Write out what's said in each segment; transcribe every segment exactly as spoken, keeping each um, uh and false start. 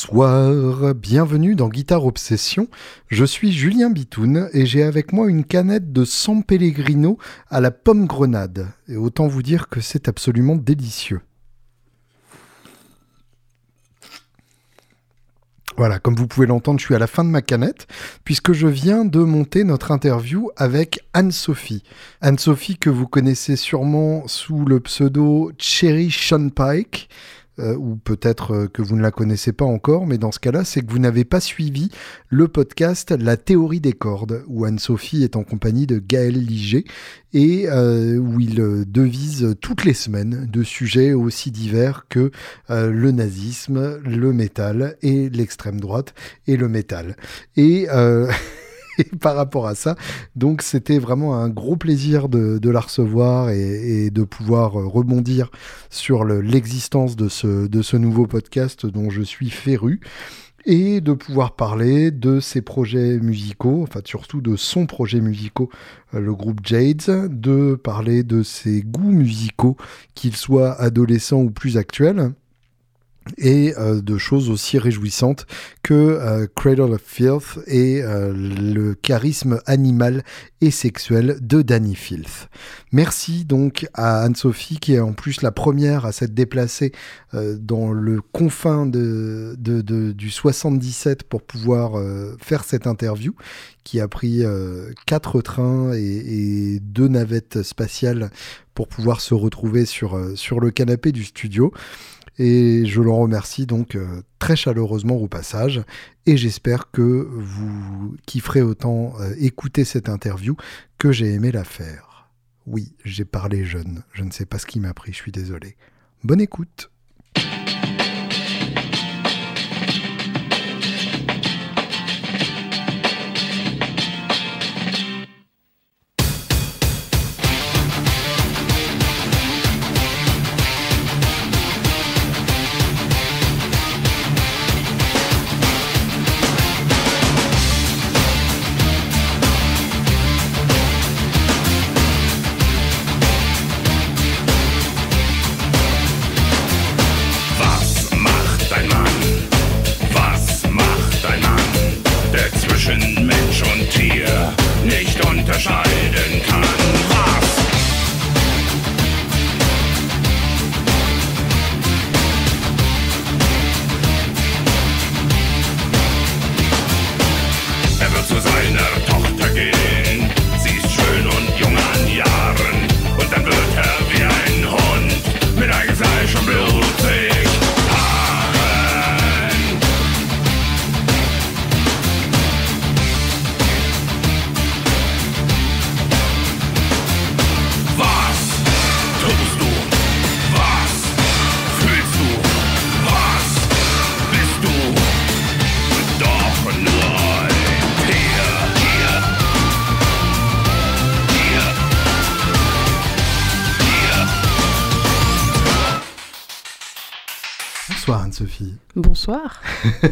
Bonsoir, bienvenue dans Guitare Obsession. Je suis Julien Bitoun et j'ai avec moi une canette de San Pellegrino à la pomme grenade. Et autant vous dire que c'est absolument délicieux. Voilà, comme vous pouvez l'entendre, je suis à la fin de ma canette, puisque je viens de monter notre interview avec Anne-Sophie. Anne-Sophie que vous connaissez sûrement sous le pseudo Cherry Shonpike, euh, ou peut-être euh, que vous ne la connaissez pas encore, mais dans ce cas-là, c'est que vous n'avez pas suivi le podcast La théorie des cordes, où Anne-Sophie est en compagnie de Gaël Liger, et euh, où il euh, devise toutes les semaines de sujets aussi divers que euh, le nazisme, le métal et l'extrême droite et le métal. Et... Euh Et par rapport à ça, donc c'était vraiment un gros plaisir de, de la recevoir et, et de pouvoir rebondir sur le, l'existence de ce, de ce nouveau podcast dont je suis féru, et de pouvoir parler de ses projets musicaux, enfin surtout de son projet musical, le groupe Jades, de parler de ses goûts musicaux, qu'ils soient adolescents ou plus actuels, et euh, de choses aussi réjouissantes que euh, Cradle of Filth et euh, le charisme animal et sexuel de Danny Filth. Merci donc à Anne-Sophie qui est en plus la première à s'être déplacée euh, dans le confin de, de, de, du soixante-dix-sept pour pouvoir euh, faire cette interview, qui a pris euh, quatre trains et, et deux navettes spatiales pour pouvoir se retrouver sur, euh, sur le canapé du studio. Et je l'en remercie donc euh, très chaleureusement au passage, et j'espère que vous kifferez autant euh, écouter cette interview que j'ai aimé la faire. Oui, j'ai parlé jeune, je ne sais pas ce qui m'a pris, je suis désolé. Bonne écoute. Bonsoir Anne-Sophie. Bonsoir.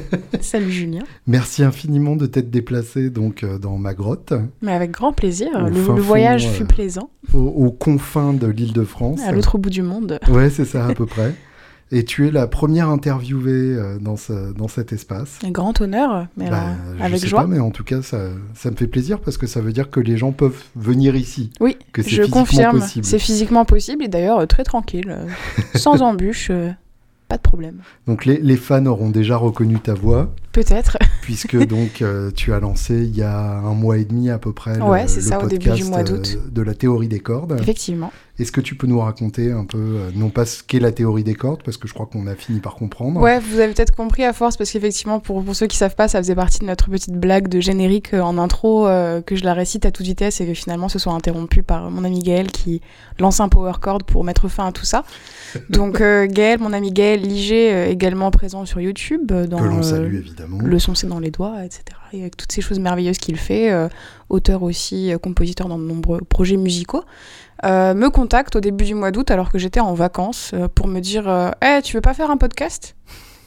Salut Julien. Merci infiniment de t'être déplacée donc euh, dans ma grotte. Mais avec grand plaisir. Au Le, fin le voyage fond, fut euh, plaisant. Aux, aux confins de l'Île-de-France. À l'autre bout du monde. Ouais, c'est ça à peu près. Et tu es la première interviewée euh, dans, ce, dans cet espace. Un grand honneur, mais bah, euh, je avec sais joie. Pas, mais en tout cas, ça, ça me fait plaisir parce que ça veut dire que les gens peuvent venir ici. Oui, que c'est je physiquement confirme. Possible. C'est physiquement possible et d'ailleurs euh, très tranquille, euh, sans embûches. Euh... Pas de problème. Donc les, les fans auront déjà reconnu ta voix. Peut-être. Puisque donc euh, tu as lancé il y a un mois et demi à peu près ouais, le, c'est le ça, podcast au début du mois d'août. de la théorie des cordes. Effectivement. Est-ce que tu peux nous raconter un peu, euh, non pas ce qu'est la théorie des cordes, parce que je crois qu'on a fini par comprendre. Ouais, vous avez peut-être compris à force, parce qu'effectivement, pour, pour ceux qui savent pas, ça faisait partie de notre petite blague de générique euh, en intro, euh, que je la récite à toute vitesse et que finalement ce soit interrompu par mon ami Gaël qui lance un power chord pour mettre fin à tout ça. Donc euh, Gaël, mon ami Gaël Liger, euh, également présent sur YouTube. Dans, que l'on salue euh, évidemment. Le son c'est dans les doigts, et cetera. Et avec toutes ces choses merveilleuses qu'il fait, euh, auteur aussi, euh, compositeur dans de nombreux projets musicaux. Euh, me contacte au début du mois d'août alors que j'étais en vacances euh, pour me dire euh, hey, tu veux pas faire un podcast ?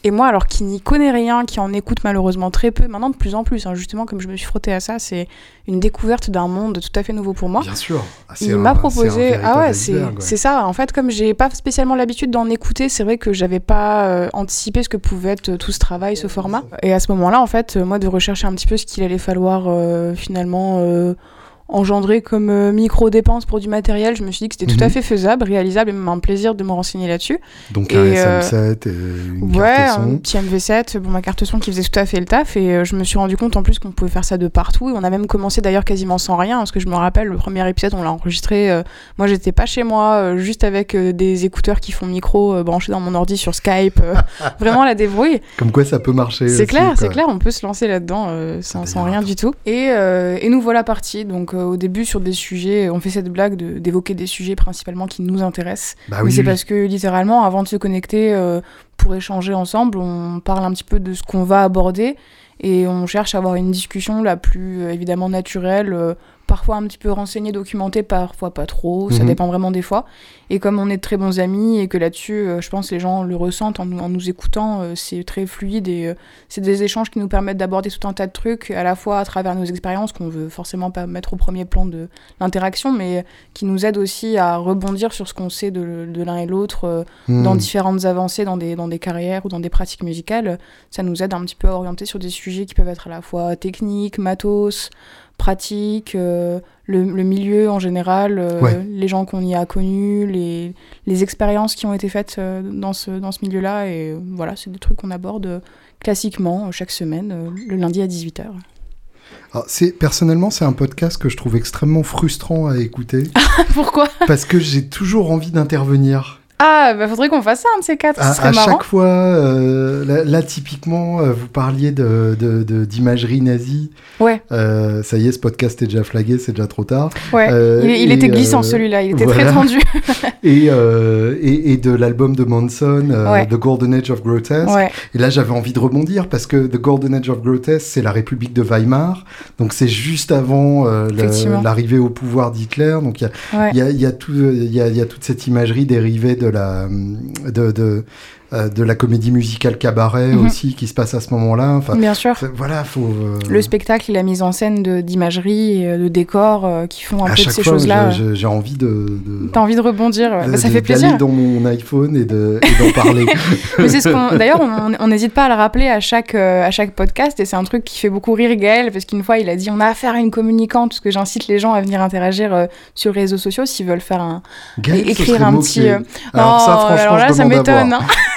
Et moi, alors qui n'y connais rien, qui en écoute malheureusement très peu, maintenant de plus en plus, hein, justement, comme je me suis frottée à ça, c'est une découverte d'un monde tout à fait nouveau pour moi. Bien sûr. Ah, il un, m'a proposé... ah ouais, c'est, ouais, c'est ça. En fait, comme j'ai pas spécialement l'habitude d'en écouter, c'est vrai que j'avais pas euh, anticipé ce que pouvait être tout ce travail, ce format. Et à ce moment-là, en fait, moi, de rechercher un petit peu ce qu'il allait falloir euh, finalement... Euh, engendré comme euh, micro-dépenses pour du matériel, je me suis dit que c'était mmh. tout à fait faisable, réalisable et même un plaisir de me renseigner là-dessus. Donc et, un S M sept, euh, une ouais, carte son. un petit M V sept, bon, ma carte son qui faisait tout à fait le taf et euh, je me suis rendu compte en plus qu'on pouvait faire ça de partout et on a même commencé d'ailleurs quasiment sans rien parce que je me rappelle, le premier épisode on l'a enregistré, euh, moi j'étais pas chez moi, euh, juste avec euh, des écouteurs qui font micro euh, branchés dans mon ordi sur Skype, euh, vraiment la débrouille. Comme quoi ça peut marcher C'est aussi, clair, quoi. c'est clair, on peut se lancer là-dedans euh, sans, sans rien du tout. Et, euh, et nous voilà partis, donc euh, au début sur des sujets, on fait cette blague de, d'évoquer des sujets principalement qui nous intéressent. Bah mais oui, c'est oui. parce que littéralement, avant de se connecter euh, pour échanger ensemble, on parle un petit peu de ce qu'on va aborder et on cherche à avoir une discussion la plus euh, évidemment naturelle, euh, parfois un petit peu renseignée, documentée, parfois pas trop, ça mmh. dépend vraiment des fois. Et comme on est de très bons amis et que là-dessus, euh, je pense que les gens le ressentent en nous, en nous écoutant, euh, c'est très fluide et euh, c'est des échanges qui nous permettent d'aborder tout un tas de trucs, à la fois à travers nos expériences, qu'on veut forcément pas mettre au premier plan de l'interaction, mais qui nous aident aussi à rebondir sur ce qu'on sait de, de l'un et l'autre euh, mmh. dans différentes avancées, dans des, dans des carrières ou dans des pratiques musicales. Ça nous aide un petit peu à orienter sur des sujets qui peuvent être à la fois techniques, matos, pratique, euh, le, le milieu en général, euh, ouais. les gens qu'on y a connus, les, les expériences qui ont été faites euh, dans, ce, dans ce milieu-là. Et euh, voilà, c'est des trucs qu'on aborde euh, classiquement euh, chaque semaine, euh, le lundi à dix-huit heures. Alors, c'est, personnellement, c'est un podcast que je trouve extrêmement frustrant à écouter. Pourquoi ? Parce que j'ai toujours envie d'intervenir. Ah, bah faudrait qu'on fasse ça, un de ces quatre, à, ce serait à marrant. chaque fois, euh, là, là, typiquement, euh, vous parliez de, de, de, d'imagerie nazie. Ouais. Euh, ça y est, ce podcast est déjà flagué, c'est déjà trop tard. Ouais, euh, il, il et, était glissant euh, celui-là, il était voilà. très tendu. et, euh, et, et de l'album de Manson, euh, ouais. The Golden Age of Grotesque. Ouais. Et là, j'avais envie de rebondir parce que The Golden Age of Grotesque, c'est la République de Weimar. Donc, c'est juste avant euh, le, l'arrivée au pouvoir d'Hitler. Donc, il y a, ouais. y, a, y, a tout, y, a, y a toute cette imagerie dérivée de la... de, de Euh, de la comédie musicale Cabaret mm-hmm. aussi qui se passe à ce moment-là. Enfin, bien sûr. Voilà, faut. Euh... Le spectacle et la mise en scène de, d'imagerie et de décors euh, qui font un à peu de ces fois, choses-là. J'ai, j'ai envie de, de. T'as envie de rebondir, ouais. de, bah, ça de, fait plaisir. D'aller dans mon iPhone et, de, et d'en parler. Mais c'est ce qu'on. D'ailleurs, on n'hésite pas à le rappeler à chaque euh, à chaque podcast et c'est un truc qui fait beaucoup rire Gaël parce qu'une fois il a dit on a affaire à une communicante parce que j'incite les gens à venir interagir euh, sur les réseaux sociaux s'ils veulent faire un Gaël, é- écrire un petit. Euh... Alors oh, ça, franchement, alors là, je ça m'étonne. Hein.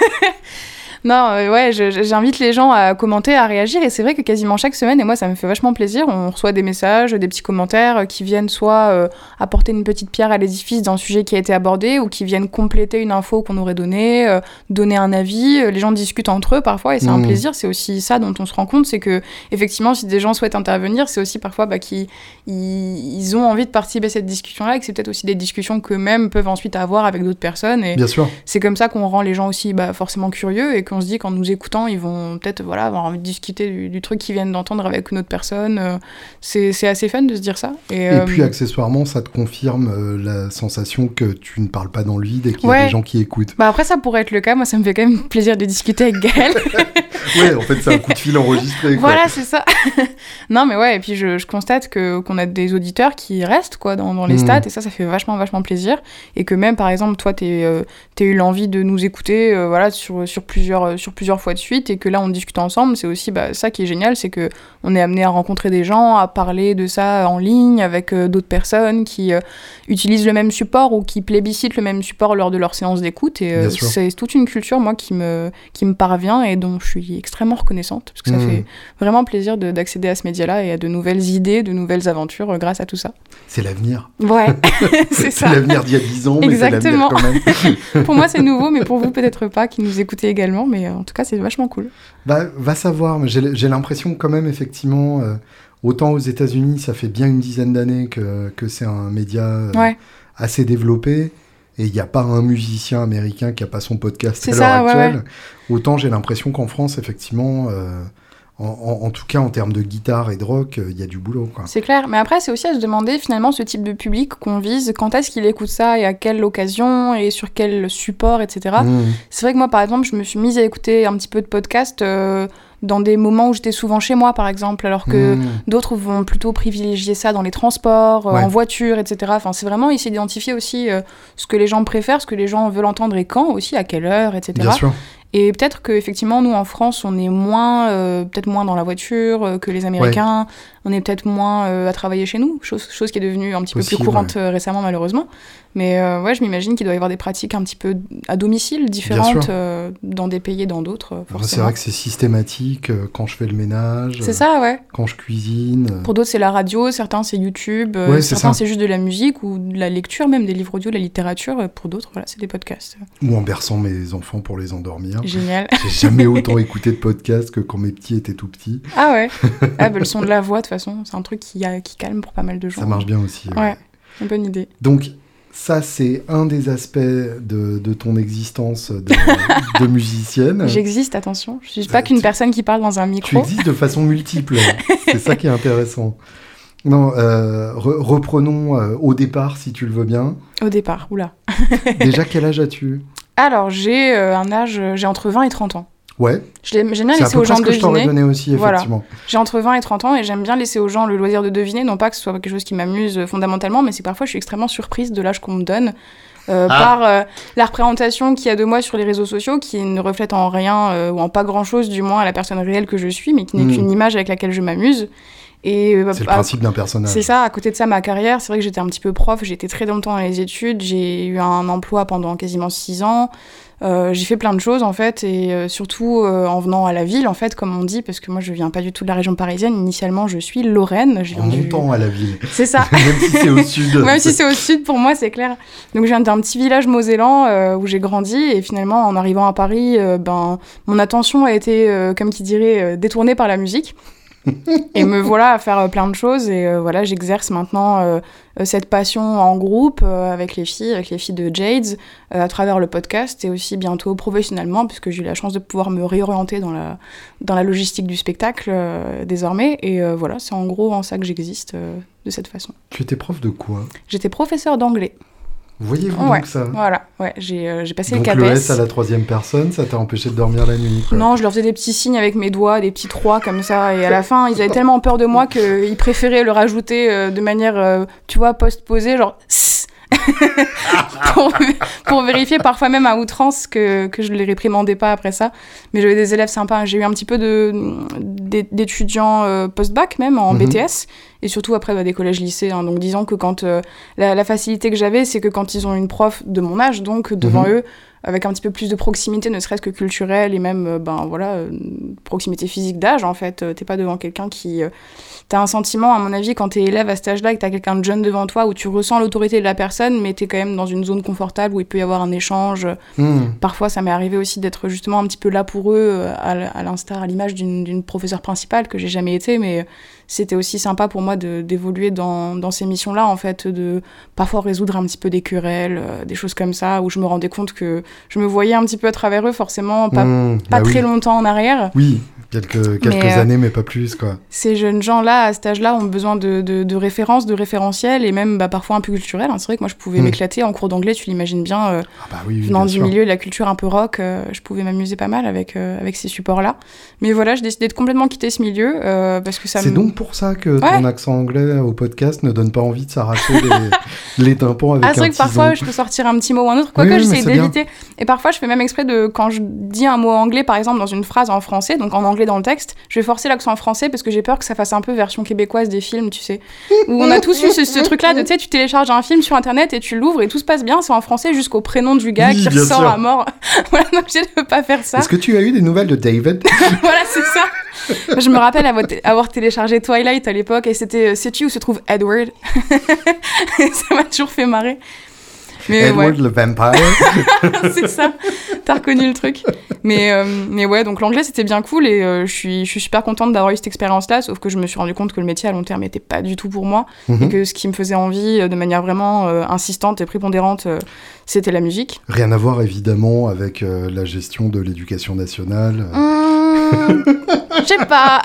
Non, euh, ouais, je, j'invite les gens à commenter, à réagir, et c'est vrai que quasiment chaque semaine, et moi ça me fait vachement plaisir, on reçoit des messages, des petits commentaires euh, qui viennent soit euh, apporter une petite pierre à l'édifice d'un sujet qui a été abordé, ou qui viennent compléter une info qu'on aurait donnée, euh, donner un avis, les gens discutent entre eux parfois, et c'est mmh. un plaisir, c'est aussi ça dont on se rend compte, c'est que effectivement si des gens souhaitent intervenir, c'est aussi parfois bah, qu'ils ils, ils ont envie de participer à cette discussion-là, et que c'est peut-être aussi des discussions qu'eux-mêmes peuvent ensuite avoir avec d'autres personnes, et bien sûr. C'est comme ça qu'on rend les gens aussi bah, forcément curieux, et qu'on se dit qu'en nous écoutant, ils vont peut-être voilà, avoir envie de discuter du, du truc qu'ils viennent d'entendre avec une autre personne. Euh, c'est, c'est assez fun de se dire ça. Et, et euh, puis, accessoirement, ça te confirme euh, la sensation que tu ne parles pas dans le vide et qu'il ouais. y a des gens qui écoutent. Bah après, ça pourrait être le cas. Moi, ça me fait quand même plaisir de discuter avec Gaël. Ouais, en fait, c'est un coup de fil enregistré. Quoi. Voilà, c'est ça. Non, mais ouais, et puis je, je constate que, qu'on a des auditeurs qui restent quoi, dans, dans les mmh. stats, et ça, ça fait vachement, vachement plaisir. Et que même, par exemple, toi, t'es, euh, t'as eu l'envie de nous écouter euh, voilà, sur, sur, plusieurs, sur plusieurs fois de suite, et que là, on discute ensemble. C'est aussi bah, ça qui est génial, c'est qu'on est amené à rencontrer des gens, à parler de ça en ligne avec euh, d'autres personnes qui euh, utilisent le même support ou qui plébiscitent le même support lors de leur séance d'écoute. Et euh, c'est toute une culture, moi, qui me, qui me parvient et dont je suis extrêmement reconnaissante, parce que ça mmh. fait vraiment plaisir de, d'accéder à ce média-là et à de nouvelles idées, de nouvelles aventures euh, grâce à tout ça. C'est l'avenir. Ouais, c'est ça. C'est l'avenir d'il y a dix ans, mais exactement. C'est l'avenir quand même. Pour moi, c'est nouveau, mais pour vous, peut-être pas, qui nous écoutez également, mais euh, en tout cas, c'est vachement cool. Bah, va savoir, mais j'ai, j'ai l'impression quand même, effectivement, euh, autant aux États-Unis, ça fait bien une dizaine d'années que, que c'est un média euh, ouais. assez développé. Et il n'y a pas un musicien américain qui n'a pas son podcast c'est à l'heure ça, actuelle. Ouais, ouais. Autant j'ai l'impression qu'en France, effectivement, euh, en, en, en tout cas, en termes de guitare et de rock, il y a du boulot, quoi. C'est clair, mais après, c'est aussi à se demander, finalement, ce type de public qu'on vise, quand est-ce qu'il écoute ça et à quelle occasion et sur quel support, et cetera. Mmh. C'est vrai que moi, par exemple, je me suis mise à écouter un petit peu de podcasts euh, dans des moments où j'étais souvent chez moi, par exemple, alors que mmh. d'autres vont plutôt privilégier ça dans les transports, euh, ouais. en voiture, et cetera. Enfin, c'est vraiment essayer d'identifier aussi euh, ce que les gens préfèrent, ce que les gens veulent entendre et quand aussi, à quelle heure, et cetera. Bien sûr. Et peut-être qu'effectivement, nous, en France, on est moins, euh, peut-être moins dans la voiture euh, que les Américains. Ouais. On est peut-être moins euh, à travailler chez nous, chose, chose qui est devenue un petit Possible, peu plus courante ouais. euh, récemment, malheureusement. Mais euh, ouais, je m'imagine qu'il doit y avoir des pratiques un petit peu à domicile, différentes, euh, dans des pays et dans d'autres, forcément. C'est vrai que c'est systématique euh, quand je fais le ménage. C'est ça, ouais. Quand je cuisine. Euh... Pour d'autres, c'est la radio, certains, c'est YouTube, euh, ouais, certains, c'est, c'est juste de la musique ou de la lecture, même des livres audio, de la littérature. Pour d'autres, voilà, c'est des podcasts. Ou en berçant mes enfants pour les endormir. Génial. J'ai jamais autant écouté de podcasts que quand mes petits étaient tout petits. Ah ouais. Ah bah, le son de la voix, de toute façon, c'est un truc qui, a, qui calme pour pas mal de gens. Ça marche bien aussi. Ouais, ouais. Une bonne idée. Donc, ça, c'est un des aspects de, de ton existence de, de musicienne. J'existe, attention. Je suis pas qu'une personne qui parle dans un micro. Tu existes de façon multiple. C'est ça qui est intéressant. Non, euh, re- reprenons euh, au départ, si tu le veux bien. Au départ, oula. Déjà, quel âge as-tu ? Alors, j'ai euh, un âge... J'ai entre vingt et trente ans. Ouais. Je j'aime bien laisser aux gens deviner. C'est à peu près ce que je t'aurais donné aussi, effectivement. Voilà. J'ai entre vingt et trente ans et j'aime bien laisser aux gens le loisir de deviner, non pas que ce soit quelque chose qui m'amuse fondamentalement, mais c'est que parfois je suis extrêmement surprise de l'âge qu'on me donne euh, ah. par euh, la représentation qu'il y a de moi sur les réseaux sociaux, qui ne reflète en rien, euh, ou en pas grand-chose du moins, à la personne réelle que je suis, mais qui n'est mmh. qu'une image avec laquelle je m'amuse. Et, c'est le principe d'un personnage. C'est ça, à côté de ça, ma carrière, c'est vrai que j'étais un petit peu prof, j'ai été très longtemps dans les études, j'ai eu un emploi pendant quasiment six ans, euh, j'ai fait plein de choses en fait, et euh, surtout euh, en venant à la ville en fait, comme on dit, parce que moi je viens pas du tout de la région parisienne, initialement je suis Lorraine. Je viens en montant du... à la ville. C'est ça. Même si c'est au sud. Même si c'est au sud, pour moi c'est clair. Donc je viens d'un petit village mosellan euh, où j'ai grandi, et finalement en arrivant à Paris, euh, ben, mon attention a été, euh, comme qui dirait, euh, détournée par la musique. Et me voilà à faire plein de choses, et euh, voilà, j'exerce maintenant euh, cette passion en groupe euh, avec les filles, avec les filles de Jades, euh, à travers le podcast, et aussi bientôt professionnellement, puisque j'ai eu la chance de pouvoir me réorienter dans la, dans la logistique du spectacle euh, désormais, et euh, voilà, c'est en gros en ça que j'existe euh, de cette façon. Tu étais prof de quoi ? J'étais professeure d'anglais. Voyez-vous ouais, donc ça ? Voilà, ouais, j'ai, euh, j'ai passé donc le CAPES. Donc le S à la troisième personne, ça t'a empêché de dormir la nuit, quoi. Non, je leur faisais des petits signes avec mes doigts, des petits trois comme ça, et à la fin, ils avaient tellement peur de moi qu'ils préféraient le rajouter euh, de manière, euh, tu vois, post-posée, genre... pour, pour vérifier parfois même à outrance que, que je ne les réprimandais pas après ça. Mais j'avais des élèves sympas. J'ai eu un petit peu de, d'étudiants euh, post-bac même en mm-hmm. B T S, et surtout après bah, des collèges-lycées. Hein. Donc disons que quand euh, la, la facilité que j'avais, c'est que quand ils ont une prof de mon âge, donc devant mm-hmm. eux, avec un petit peu plus de proximité, ne serait-ce que culturelle, et même euh, ben, voilà, euh, proximité physique d'âge, en fait. Euh, t'es pas devant quelqu'un qui... Euh, t'as un sentiment, à mon avis, quand t'es élève à cet âge-là, et que t'as quelqu'un de jeune devant toi, où tu ressens l'autorité de la personne, mais t'es quand même dans une zone confortable, où il peut y avoir un échange. Mmh. Parfois, ça m'est arrivé aussi d'être justement un petit peu là pour eux, à, à l'instar, à l'image d'une, d'une professeure principale, que j'ai jamais été, mais c'était aussi sympa pour moi de, d'évoluer dans, dans ces missions-là, en fait, de parfois résoudre un petit peu des querelles, euh, des choses comme ça, où je me rendais compte que je me voyais un petit peu à travers eux, forcément, pas, mmh, pas bah très oui. longtemps en arrière. Oui, quelques, quelques mais, années, euh, mais pas plus, quoi. Ces jeunes gens-là, à cet âge-là, ont besoin de, de, de références, de référentiels, et même bah, parfois un peu culturels. Hein. C'est vrai que moi, je pouvais mmh. m'éclater en cours d'anglais, tu l'imagines bien, euh, ah bah oui, oui, venant bien du sûr. milieu de la culture un peu rock, euh, je pouvais m'amuser pas mal avec, euh, avec ces supports-là. Mais voilà, j'ai décidé de complètement quitter ce milieu, euh, parce que ça C'est me... donc pour ça que ouais. ton accent anglais au podcast ne donne pas envie de s'arracher les, les tympans avec ah, un c'est vrai que parfois, je peux sortir un petit mot ou un autre, quoique oui, j'essaie d'éviter. Bien. Et parfois, je fais même exprès de, quand je dis un mot anglais, par exemple, dans une phrase en français, donc en anglais dans le texte, je vais forcer l'accent en français parce que j'ai peur que ça fasse un peu version québécoise des films, tu sais. Où on a tous eu ce, ce truc-là de, tu sais, tu télécharges un film sur Internet et tu l'ouvres et tout se passe bien, c'est en français jusqu'au prénom du gars oui, qui ressort sûr. à mort. Voilà, donc je ne peux pas faire ça. Est-ce que tu as eu des nouvelles de David ? Voilà, c'est ça. Je me rappelle avoir, t- avoir téléchargé Twilight à l'époque et c'était euh, sais-tu où se trouve Edward ? Ça m'a toujours fait marrer. Mais Edward ouais. le vampire. C'est ça, t'as reconnu le truc. Mais, euh, mais ouais, donc l'anglais c'était bien cool et euh, je suis je suis super contente d'avoir eu cette expérience-là, sauf que je me suis rendu compte que le métier à long terme n'était pas du tout pour moi, mm-hmm. et que ce qui me faisait envie euh, de manière vraiment euh, insistante et prépondérante, euh, c'était la musique. Rien à voir évidemment avec euh, la gestion de l'éducation nationale. Mmh. Je sais pas.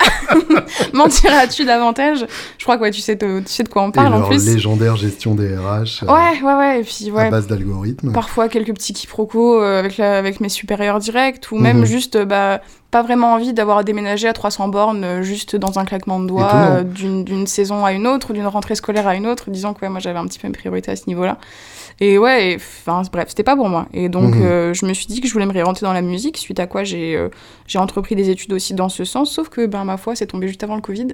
Mentiras-tu davantage? Je crois que ouais, tu sais, de, tu sais de quoi on parle et en leur plus. légendaire gestion des R H. Euh, ouais, ouais, ouais. Et puis, ouais. À base d'algorithmes. Parfois, quelques petits quiproquos euh, avec, la, avec mes supérieurs directs, ou même mmh. juste, euh, bah, pas vraiment envie d'avoir déménagé à trois cents bornes euh, juste dans un claquement de doigts, euh, d'une, d'une saison à une autre, ou d'une rentrée scolaire à une autre, disant que ouais, moi j'avais un petit peu une priorité à ce niveau-là. Et ouais, enfin bref, c'était pas pour moi. Et donc mmh. euh, je me suis dit que je voulais me réorienter dans la musique, suite à quoi j'ai, euh, j'ai entrepris des études aussi dans ce sens, sauf que ben, ma foi, c'est tombé juste avant le Covid.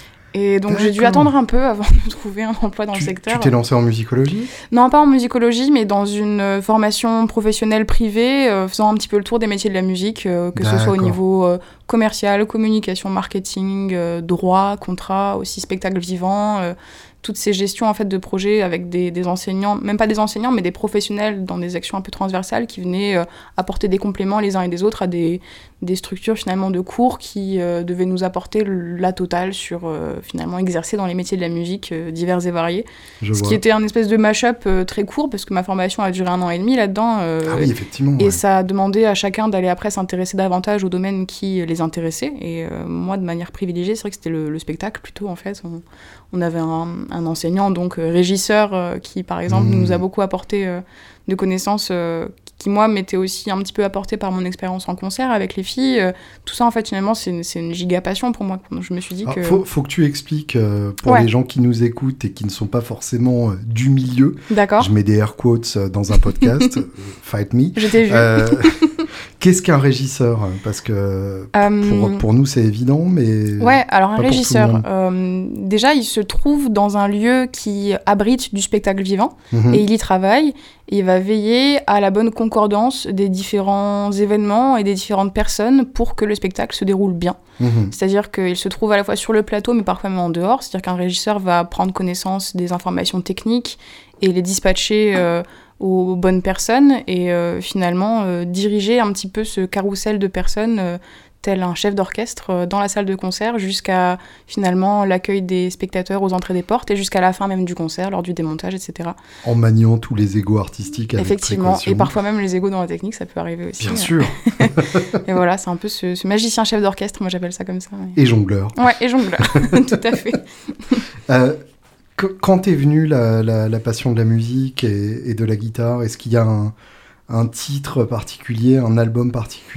Et donc D'accord. j'ai dû attendre un peu avant de trouver un emploi dans tu, le secteur. Tu t'es lancée en musicologie ? Non, pas en musicologie, mais dans une formation professionnelle privée, euh, faisant un petit peu le tour des métiers de la musique, euh, que D'accord. ce soit au niveau euh, commercial, communication, marketing, euh, droit, contrat, aussi spectacle vivant, euh, toutes ces gestions en fait, de projets avec des, des enseignants, même pas des enseignants, mais des professionnels dans des actions un peu transversales qui venaient euh, apporter des compléments les uns et les autres à des, des structures finalement de cours qui euh, devaient nous apporter la totale sur euh, finalement exercer dans les métiers de la musique euh, divers et variés. Je Ce vois. Qui était un espèce de mash-up euh, très court parce que ma formation a duré un an et demi là-dedans. Euh, ah oui, effectivement. Et ouais. ça a demandé à chacun d'aller après s'intéresser davantage au domaine qui les intéressait. Et euh, moi, de manière privilégiée, c'est vrai que c'était le, le spectacle plutôt en fait. On, on avait un, un enseignant, donc euh, régisseur, euh, qui par exemple mmh. nous a beaucoup apporté euh, de connaissances euh, qui, moi, m'étaient aussi un petit peu apportées par mon expérience en concert avec les filles. Euh, tout ça, en fait, finalement, c'est une, c'est une giga passion pour moi. Donc, je me suis dit Alors, que... Faut, faut que tu expliques euh, pour ouais. les gens qui nous écoutent et qui ne sont pas forcément euh, du milieu. D'accord. Je mets des air quotes euh, dans un podcast. Fight me. Je t'ai vu. Euh, Qu'est-ce qu'un régisseur ? Parce que um, pour, pour nous, c'est évident, mais... Ouais, alors un régisseur, euh, déjà, il se trouve dans un lieu qui abrite du spectacle vivant, mmh. et il y travaille, et il va veiller à la bonne concordance des différents événements et des différentes personnes pour que le spectacle se déroule bien. Mmh. C'est-à-dire qu'il se trouve à la fois sur le plateau, mais parfois même en dehors. C'est-à-dire qu'un régisseur va prendre connaissance des informations techniques et les dispatcher... Euh, aux bonnes personnes et euh, finalement euh, diriger un petit peu ce carrousel de personnes euh, tel un chef d'orchestre euh, dans la salle de concert jusqu'à finalement l'accueil des spectateurs aux entrées des portes et jusqu'à la fin même du concert, lors du démontage, et cetera. En maniant tous les égos artistiques avec Effectivement, précaution. Et parfois même les égos dans la technique, ça peut arriver aussi. Bien sûr. Et voilà, c'est un peu ce, ce magicien chef d'orchestre, moi j'appelle ça comme ça. Mais... Et jongleur. Ouais, et jongleur, tout à fait. euh... Quand t'es venue la, la, la passion de la musique et, et de la guitare, est-ce qu'il y a un, un titre particulier, un album particulier ?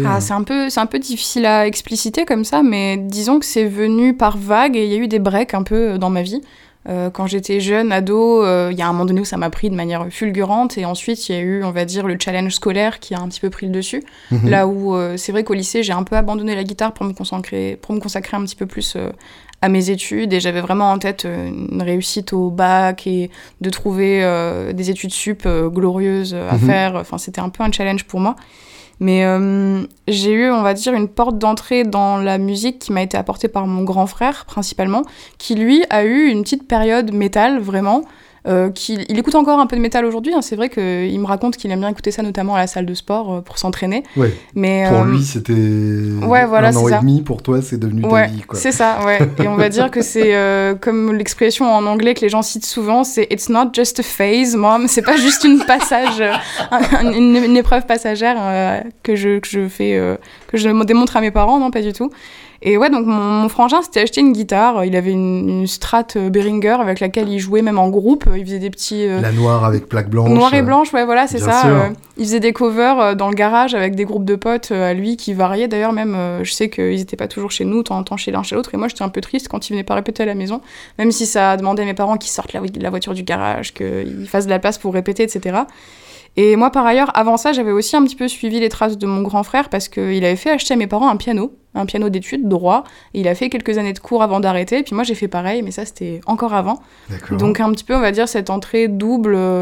Ah, c'est un peu, c'est un peu difficile à expliciter comme ça, mais disons que c'est venu par vagues et il y a eu des breaks un peu dans ma vie. Euh, quand j'étais jeune, ado, il euh, y a un moment donné où ça m'a pris de manière fulgurante et ensuite il y a eu, on va dire, le challenge scolaire qui a un petit peu pris le dessus. Mmh. Là où euh, c'est vrai qu'au lycée, j'ai un peu abandonné la guitare pour me consacrer, pour me consacrer un petit peu plus euh, à mes études et j'avais vraiment en tête euh, une réussite au bac et de trouver euh, des études sup euh, glorieuses à mmh. faire. Enfin, c'était un peu un challenge pour moi. Mais euh, j'ai eu, on va dire, une porte d'entrée dans la musique qui m'a été apportée par mon grand frère, principalement, qui, lui, a eu une petite période métal, vraiment. Euh, qui, il écoute encore un peu de métal aujourd'hui, hein. C'est vrai qu'il me raconte qu'il aime bien écouter ça, notamment à la salle de sport, euh, pour s'entraîner. Ouais. Mais, pour euh, lui, c'était ouais, voilà, un an et ça. demi, pour toi, c'est devenu ouais, ta vie, quoi. C'est ça, ouais. Et on va dire que c'est euh, comme l'expression en anglais que les gens citent souvent, c'est « It's not just a phase, mom ». C'est pas juste une passage, euh, une, une épreuve passagère euh, que, je, que, je fais, euh, que je démontre à mes parents, non, pas du tout. Et ouais, donc mon, mon frangin s'était acheté une guitare. Il avait une, une Strat Behringer avec laquelle il jouait même en groupe. Il faisait des petits... Euh... La noire avec plaque blanche. Noire et blanche, ouais, voilà, c'est Bien ça. sûr. Euh, il faisait des covers euh, dans le garage avec des groupes de potes euh, à lui qui variaient. D'ailleurs, même, euh, je sais qu'ils n'étaient pas toujours chez nous, de temps en temps chez l'un, chez l'autre. Et moi, j'étais un peu triste quand ils venaient pas répéter à la maison. Même si ça a demandé à mes parents qu'ils sortent la, la voiture du garage, qu'ils fassent de la place pour répéter, et cetera. Et moi, par ailleurs, avant ça, j'avais aussi un petit peu suivi les traces de mon grand frère parce qu'il avait fait acheter à mes parents un piano, un piano d'études, droit. Et il a fait quelques années de cours avant d'arrêter. Et puis moi, j'ai fait pareil, mais ça, c'était encore avant. D'accord. Donc un petit peu, on va dire, cette entrée double, euh,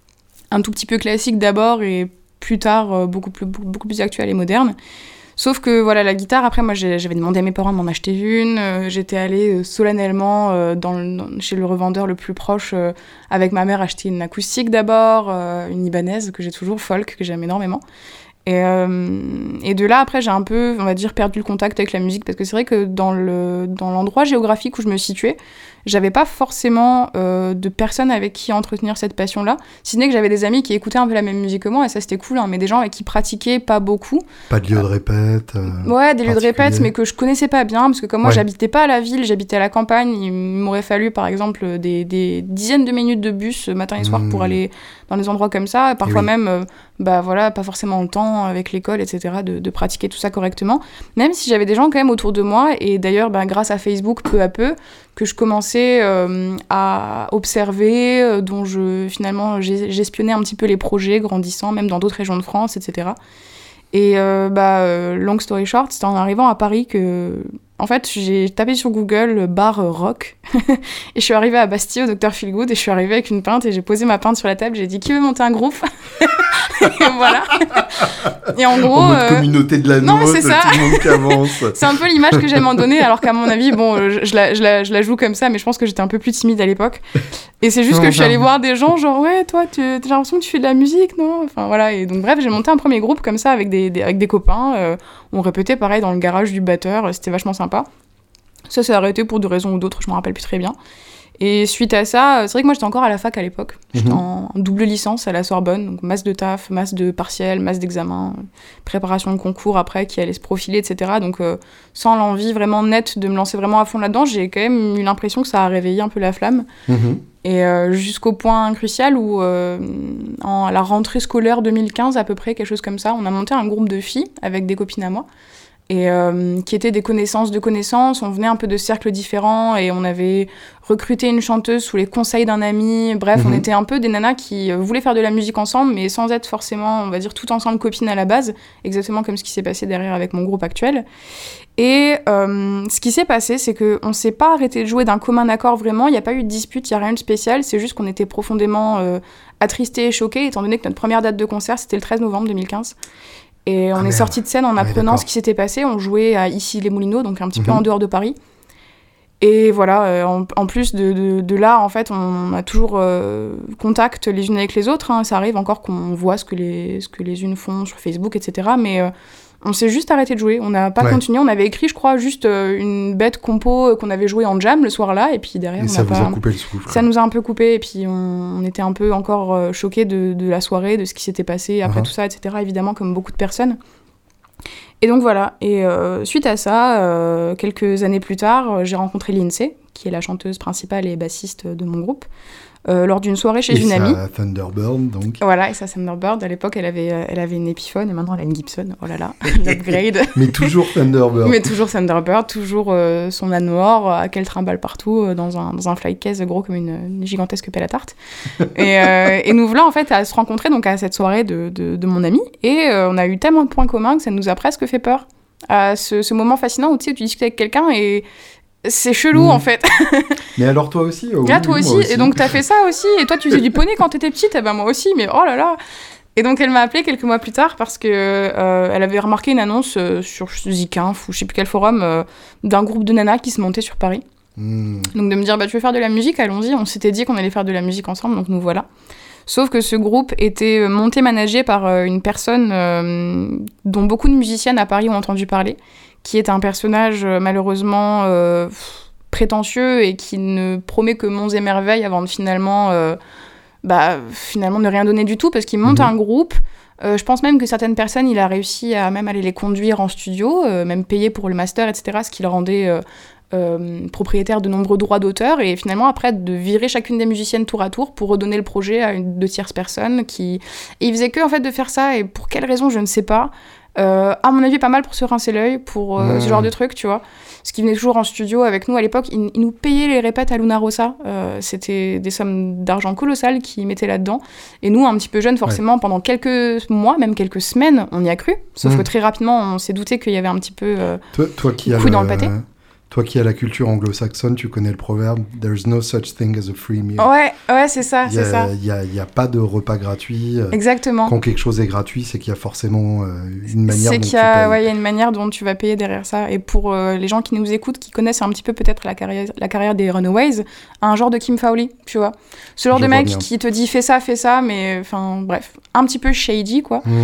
un tout petit peu classique d'abord et plus tard, euh, beaucoup, plus, beaucoup, beaucoup plus actuelle et moderne. Sauf que voilà, la guitare, après moi j'ai, j'avais demandé à mes parents de m'en acheter une, euh, j'étais allée euh, solennellement euh, dans le, dans, chez le revendeur le plus proche euh, avec ma mère acheter une acoustique d'abord, euh, une ibanaise que j'ai toujours, folk, que j'aime énormément. Et, euh, et de là après j'ai un peu, on va dire, perdu le contact avec la musique parce que c'est vrai que dans, le, dans l'endroit géographique où je me situais, j'avais pas forcément euh, de personnes avec qui entretenir cette passion-là, si ce n'est que j'avais des amis qui écoutaient un peu la même musique que moi, et ça c'était cool, hein, mais des gens avec qui pratiquaient pas beaucoup. Pas de lieu de répète euh, Ouais, des lieux de répète, mais que je connaissais pas bien, parce que comme moi ouais. j'habitais pas à la ville, j'habitais à la campagne, il m'aurait fallu par exemple des, des dizaines de minutes de bus matin et soir mmh. pour aller dans des endroits comme ça, parfois oui. même, euh, bah voilà, pas forcément le temps avec l'école, et cetera, de, de pratiquer tout ça correctement, même si j'avais des gens quand même autour de moi, et d'ailleurs, bah, grâce à Facebook, peu à peu, que je commençais euh, à observer, euh, dont je, finalement, j'espionnais un petit peu les projets grandissant, même dans d'autres régions de France, et cetera. Et euh, bah, euh, long story short, c'était en arrivant à Paris que... En fait, j'ai tapé sur Google bar rock et je suis arrivée à Bastille au docteur Feelgood et je suis arrivée avec une pinte et j'ai posé ma pinte sur la table, j'ai dit qui veut monter un groupe. Et voilà. Et en gros, en mode euh... communauté de la noix, tout le monde qui avance. C'est un peu l'image que j'aime en donner, alors qu'à mon avis, bon, je, je, la, je, la, je la joue comme ça, mais je pense que j'étais un peu plus timide à l'époque. Et c'est juste non, que je suis allée voir des gens, genre ouais, toi, tu, j'ai l'impression que tu fais de la musique, non ? Enfin voilà. Et donc bref, j'ai monté un premier groupe comme ça avec des, des avec des copains. Euh, on répétait pareil dans le garage du batteur, c'était vachement sympa. Ça s'est arrêté pour des raisons ou d'autres, je me rappelle plus très bien. Et suite à ça, c'est vrai que moi j'étais encore à la fac à l'époque. J'étais mmh. en double licence à la Sorbonne, donc masse de taf, masse de partiels, masse d'examens, préparation de concours après qui allait se profiler, et cetera. Donc euh, sans l'envie vraiment nette de me lancer vraiment à fond là-dedans, j'ai quand même eu l'impression que ça a réveillé un peu la flamme. Mmh. Et euh, jusqu'au point crucial où, euh, en, à la rentrée scolaire deux mille quinze à peu près, quelque chose comme ça, on a monté un groupe de filles avec des copines à moi. Et euh, qui étaient des connaissances de connaissances, on venait un peu de cercles différents et on avait recruté une chanteuse sous les conseils d'un ami, bref, mmh. on était un peu des nanas qui voulaient faire de la musique ensemble, mais sans être forcément, on va dire, tout ensemble copines à la base, exactement comme ce qui s'est passé derrière avec mon groupe actuel. Et euh, ce qui s'est passé, c'est qu'on ne s'est pas arrêté de jouer d'un commun accord vraiment, il n'y a pas eu de dispute, il n'y a rien de spécial, c'est juste qu'on était profondément euh, attristés et choqués, étant donné que notre première date de concert, c'était le treize novembre deux mille quinze. Et on ah est sorti de scène en apprenant ouais, ce qui s'était passé. On jouait à Issy-les-Moulineaux, donc un petit mmh. peu en dehors de Paris. Et voilà, euh, en, en plus de, de, de là, en fait, on a toujours euh, contact les unes avec les autres. Hein. Ça arrive encore qu'on voit ce que, les, ce que les unes font sur Facebook, et cetera. Mais euh, on s'est juste arrêté de jouer. On n'a pas ouais. continué. On avait écrit, je crois, juste euh, une bête compo qu'on avait jouée en jam le soir-là. Et puis derrière, et on ça a vous pas... a coupé le souffle. Ça nous a un peu coupé. Et puis on, on était un peu encore euh, choqués de, de la soirée, de ce qui s'était passé après uh-huh. tout ça, et cetera. Évidemment, comme beaucoup de personnes. Et donc voilà, et euh, suite à ça, euh, quelques années plus tard, j'ai rencontré Lindsay, qui est la chanteuse principale et bassiste de mon groupe, euh, lors d'une soirée chez et une amie. Et sa Thunderbird, donc. Voilà, et sa Thunderbird, à l'époque, elle avait, elle avait une Epiphone, et maintenant elle a une Gibson, oh là là, l'upgrade. Mais toujours Thunderbird. Mais toujours Thunderbird, toujours euh, son âne noir, à qu'elle trimballe partout, euh, dans, un, dans un fly case gros comme une, une gigantesque pelle à tarte. et, euh, et nous voilà, en fait, à se rencontrer donc, à cette soirée de, de, de mon ami, et euh, on a eu tellement de points communs que ça nous a presque fait peur. À ce, ce moment fascinant où tu sais, tu discutes avec quelqu'un et c'est chelou mmh. en fait. Mais alors toi aussi oh, Là oui, toi aussi. aussi, et donc t'as fait ça aussi, et toi tu faisais du poney quand t'étais petite, et ben moi aussi, mais oh là là. Et donc elle m'a appelée quelques mois plus tard parce que euh, elle avait remarqué une annonce euh, sur Zikinf ou je sais plus quel forum euh, d'un groupe de nanas qui se montait sur Paris. Mmh. Donc de me dire bah tu veux faire de la musique, allons-y. On s'était dit qu'on allait faire de la musique ensemble, donc nous voilà. Sauf que ce groupe était monté, managé par euh, une personne euh, dont beaucoup de musiciennes à Paris ont entendu parler, qui est un personnage euh, malheureusement euh, prétentieux et qui ne promet que monts et merveilles avant de finalement, euh, bah, finalement ne rien donner du tout, parce qu'il monte mmh. un groupe. Euh, je pense même que certaines personnes, il a réussi à même aller les conduire en studio, euh, même payer pour le master, et cetera, ce qui le rendait... Euh, Euh, propriétaire de nombreux droits d'auteur, et finalement après de virer chacune des musiciennes tour à tour pour redonner le projet à une de tierces personnes qui... Et il faisait que en fait de faire ça, et pour quelle raison je ne sais pas, euh, à mon avis pas mal pour se rincer l'œil, pour euh, mmh. ce genre de truc, tu vois, parce qu'il venait toujours en studio avec nous à l'époque, il, il nous payait les répètes à Luna Rossa, euh, c'était des sommes d'argent colossales qu'il mettait là-dedans, et nous un petit peu jeunes forcément, ouais. pendant quelques mois, même quelques semaines, on y a cru, sauf mmh. que très rapidement on s'est douté qu'il y avait un petit peu euh, toi, toi qui coup dans le pâté. Toi qui as la culture anglo-saxonne, tu connais le proverbe « There's no such thing as a free meal ». Ouais, ouais, c'est ça, c'est ça. Il n'y a, y a pas de repas gratuit. Exactement. Quand quelque chose est gratuit, c'est qu'il y a forcément euh, une manière c'est dont qu'il y a, tu payes. Ouais, il y a une manière dont tu vas payer derrière ça. Et pour euh, les gens qui nous écoutent, qui connaissent un petit peu peut-être la carrière, la carrière des Runaways, un genre de Kim Fowley, tu vois. Ce genre Je de mec bien. qui te dit « fais ça, fais ça », mais enfin, bref, un petit peu shady, quoi. Mmh.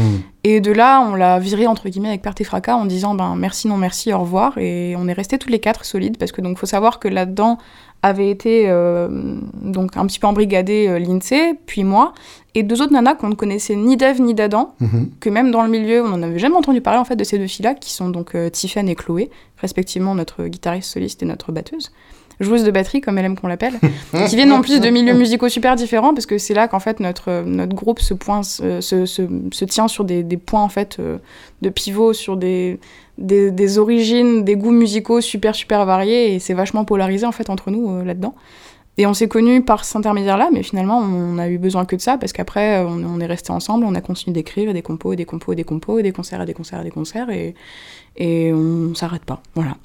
Et de là, on l'a viré, entre guillemets, avec perte et fracas, en disant ben, merci, non merci, au revoir. Et on est restés tous les quatre solides, parce que donc faut savoir que là-dedans avait été euh, donc un petit peu embrigadé euh, Lindsay, puis moi, et deux autres nanas qu'on ne connaissait ni d'Ève ni d'Adam, mm-hmm. que même dans le milieu, on n'en avait jamais entendu parler en fait de ces deux filles-là, qui sont donc euh, Tiffen et Chloé, respectivement notre guitariste soliste et notre batteuse. Joueuse de batterie, comme elle aime qu'on l'appelle, qui viennent en plus de milieux musicaux super différents, parce que c'est là qu'en fait notre, notre groupe se, point, se, se, se, se tient sur des, des points en fait, euh, de pivot, sur des, des, des origines, des goûts musicaux super super variés, et c'est vachement polarisé en fait entre nous euh, là-dedans. Et on s'est connus par cet intermédiaire-là, mais finalement on a eu besoin que de ça, parce qu'après on, on est restés ensemble, on a continué d'écrire, et des compos, et des compos, et des compos, et des concerts, et des concerts, et des concerts, et, et on s'arrête pas, voilà.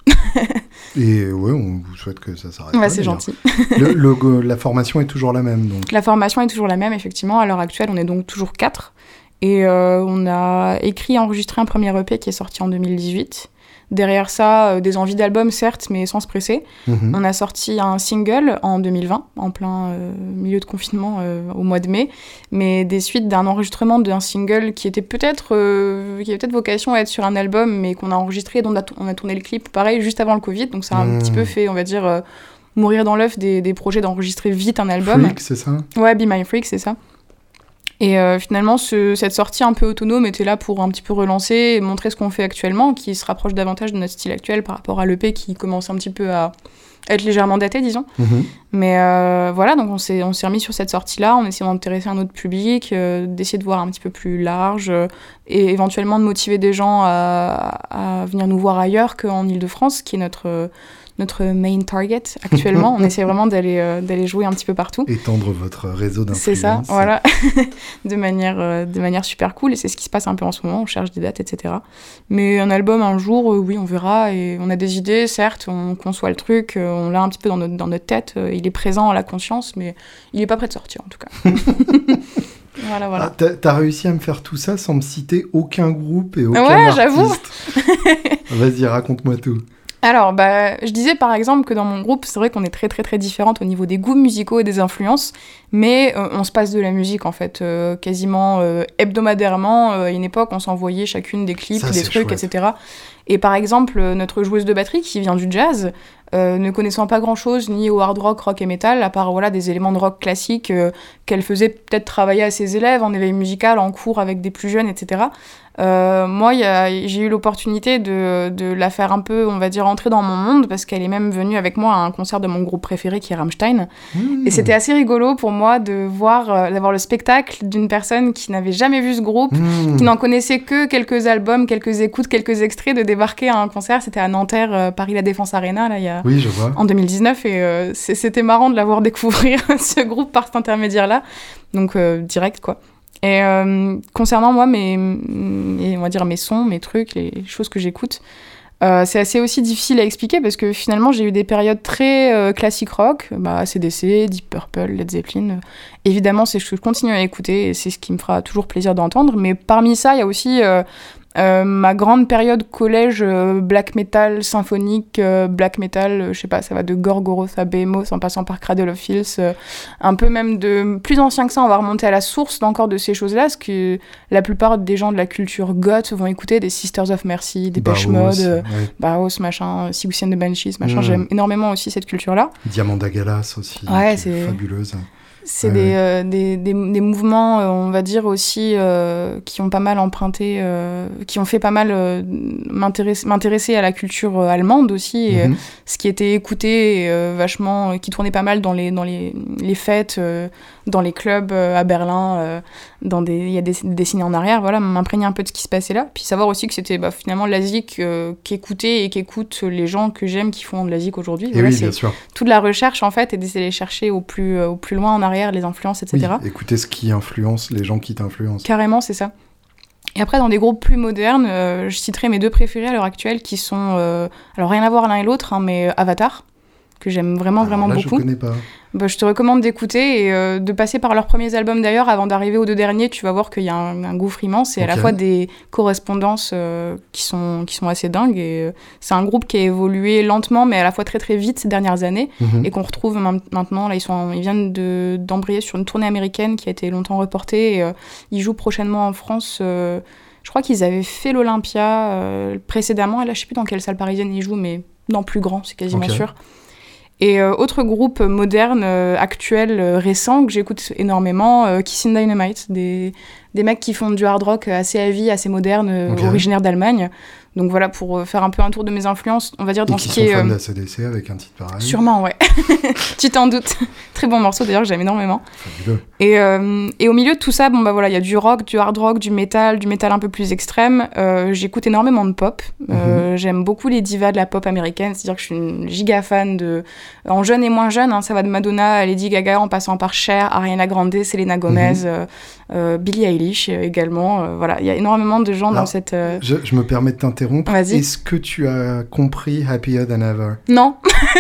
Et ouais, on vous souhaite que ça s'arrête. Ouais, pas, c'est d'ailleurs. gentil. le, le, la formation est toujours la même, donc. La formation est toujours la même, effectivement. À l'heure actuelle, on est donc toujours quatre. Et euh, on a écrit et enregistré un premier E P qui est sorti en deux mille dix-huit. Derrière ça, euh, des envies d'album, certes, mais sans se presser. Mm-hmm. On a sorti un single en deux mille vingt, en plein euh, milieu de confinement, euh, au mois de mai, mais des suites d'un enregistrement d'un single qui était peut-être, euh, qui avait peut-être vocation à être sur un album, mais qu'on a enregistré et dont on a, t- on a tourné le clip, pareil, juste avant le Covid. Donc ça a mm. un petit peu fait, on va dire, euh, mourir dans l'œuf des, des projets d'enregistrer vite un album. Freak, c'est ça ? Ouais, Be My Freak, c'est ça. Et euh, finalement, ce, cette sortie un peu autonome était là pour un petit peu relancer et montrer ce qu'on fait actuellement, qui se rapproche davantage de notre style actuel par rapport à l'E P qui commence un petit peu à être légèrement daté, disons. Mm-hmm. Mais euh, voilà, donc on s'est, on s'est remis sur cette sortie-là, en essayant d'intéresser un autre public, euh, d'essayer de voir un petit peu plus large, euh, et éventuellement de motiver des gens à, à venir nous voir ailleurs qu'en Ile-de-France, qui est notre... Euh, notre main target actuellement. On essaie vraiment d'aller, euh, d'aller jouer un petit peu partout. Étendre votre réseau d'influence. C'est ça, voilà. de, manière, euh, de manière super cool. Et c'est ce qui se passe un peu en ce moment. On cherche des dates, et cetera. Mais un album, un jour, euh, oui, on verra. Et on a des idées, certes. On conçoit le truc. Euh, on l'a un petit peu dans notre, dans notre tête. Euh, il est présent à la conscience, mais il n'est pas prêt de sortir, en tout cas. Voilà, voilà. Ah, t'as, t'as réussi à me faire tout ça sans me citer aucun groupe et aucun ouais, artiste. J'avoue. Vas-y, raconte-moi tout. Alors, bah, je disais par exemple que dans mon groupe, c'est vrai qu'on est très très très différentes au niveau des goûts musicaux et des influences, mais euh, on se passe de la musique en fait, euh, quasiment euh, hebdomadairement. Euh, à une époque, on s'envoyait chacune des clips, ça, des trucs, chouette. et cetera. Et par exemple, notre joueuse de batterie qui vient du jazz, euh, ne connaissant pas grand-chose ni au hard rock, rock et metal, à part voilà, des éléments de rock classiques euh, qu'elle faisait peut-être travailler à ses élèves en éveil musical, en cours avec des plus jeunes, et cetera. Euh, moi, y a, j'ai eu l'opportunité de, de la faire un peu, on va dire, entrer dans mon monde, parce qu'elle est même venue avec moi à un concert de mon groupe préféré, qui est Rammstein. Mmh. Et c'était assez rigolo pour moi de voir, euh, d'avoir le spectacle d'une personne qui n'avait jamais vu ce groupe, mmh. qui n'en connaissait que quelques albums, quelques écoutes, quelques extraits, de débarquer à un concert. C'était à Nanterre, euh, Paris La Défense Arena, là, il y a... Oui, je vois. En deux mille dix-neuf, et euh, c'était marrant de la voir découvrir ce groupe par cet intermédiaire-là. Donc, euh, direct, quoi. Et euh, concernant moi, mes, mes, on va dire mes sons, mes trucs, les choses que j'écoute, euh, c'est assez aussi difficile à expliquer parce que finalement j'ai eu des périodes très euh, classiques rock, bah, A C D C, Deep Purple, Led Zeppelin. Euh, évidemment, c'est ce que je continue à écouter et c'est ce qui me fera toujours plaisir d'entendre. Mais parmi ça, il y a aussi euh, euh, ma grande période collège euh, black metal symphonique, euh, black metal, euh, je sais pas, ça va de Gorgoroth à Behemoth en passant par Cradle of Filth, euh, un peu même de plus ancien que ça, on va remonter à la source encore de ces choses-là, parce que la plupart des gens de la culture goth vont écouter des Sisters of Mercy, des Depeche Mode, euh, ouais. Bauhaus, machin, Siouxienne de Banshees, machin, mmh. J'aime énormément aussi cette culture-là. Diamant d'Agalas aussi, ouais, qui est fabuleuse. C'est ouais. des, euh, des, des, des mouvements, euh, on va dire aussi, euh, qui ont pas mal emprunté, euh, qui ont fait pas mal euh, m'intéresser, m'intéresser à la culture euh, allemande aussi, et, mm-hmm. euh, ce qui était écouté euh, vachement, euh, qui tournait pas mal dans les, dans les, les fêtes, euh, dans les clubs euh, à Berlin, euh, dans des, il y a des, des décennies en arrière, voilà, m'imprégner un peu de ce qui se passait là, puis savoir aussi que c'était bah, finalement la zik euh, qu'écoutaient et qu'écoutent les gens que j'aime qui font de la zik aujourd'hui. Et voilà, oui, c'est bien sûr. Toute la recherche en fait, et d'essayer de les chercher au plus, euh, au plus loin en arrière, les influences, et cetera. Oui, écouter ce qui influence les gens qui t'influencent. Carrément, c'est ça. Et après, dans des groupes plus modernes, euh, je citerai mes deux préférés à l'heure actuelle, qui sont, euh, alors rien à voir l'un et l'autre, hein, mais Avatar, que j'aime vraiment, alors vraiment là, beaucoup. Je connais pas. Bah, je te recommande d'écouter et euh, de passer par leurs premiers albums d'ailleurs, avant d'arriver aux deux derniers. Tu vas voir qu'il y a un, un gouffre immense et okay. à la fois des correspondances euh, qui, sont, qui sont assez dingues. Et, euh, c'est un groupe qui a évolué lentement, mais à la fois très très vite ces dernières années, mm-hmm. et qu'on retrouve maintenant. Là, ils, sont, ils viennent de, d'embrayer sur une tournée américaine qui a été longtemps reportée. Et, euh, ils jouent prochainement en France. Euh, Je crois qu'ils avaient fait l'Olympia euh, précédemment. Et là, je sais plus dans quelle salle parisienne ils jouent, mais dans plus grand, c'est quasiment okay. sûr. Et euh, autre groupe moderne, euh, actuel, euh, récent, que j'écoute énormément, euh, Kissing Dynamite, des, des mecs qui font du hard rock assez heavy, assez moderne, euh, okay. originaire d'Allemagne. Donc voilà, pour euh, faire un peu un tour de mes influences, on va dire dans et ce qui qui est... sont fans euh, d'A C D C avec un titre pareil. Sûrement, ouais. Tu t'en doutes. Très bon morceau, d'ailleurs, que j'aime énormément. Fabuleux. Et, euh, et au milieu de tout ça, bon bah voilà, il y a du rock, du hard rock, du métal, du métal un peu plus extrême. Euh, j'écoute énormément de pop. Euh, mm-hmm. J'aime beaucoup les divas de la pop américaine, c'est-à-dire que je suis une giga fan de... En jeune et moins jeune, hein, ça va de Madonna à Lady Gaga, en passant par Cher, Ariana Grande, Selena Gomez, mm-hmm. euh, euh, Billie Eilish également. Euh, voilà, il y a énormément de gens Alors, dans cette... Euh... Je, je me permets de t'interrompre. Vas-y. Est-ce que tu as compris Happier Than Ever? Non.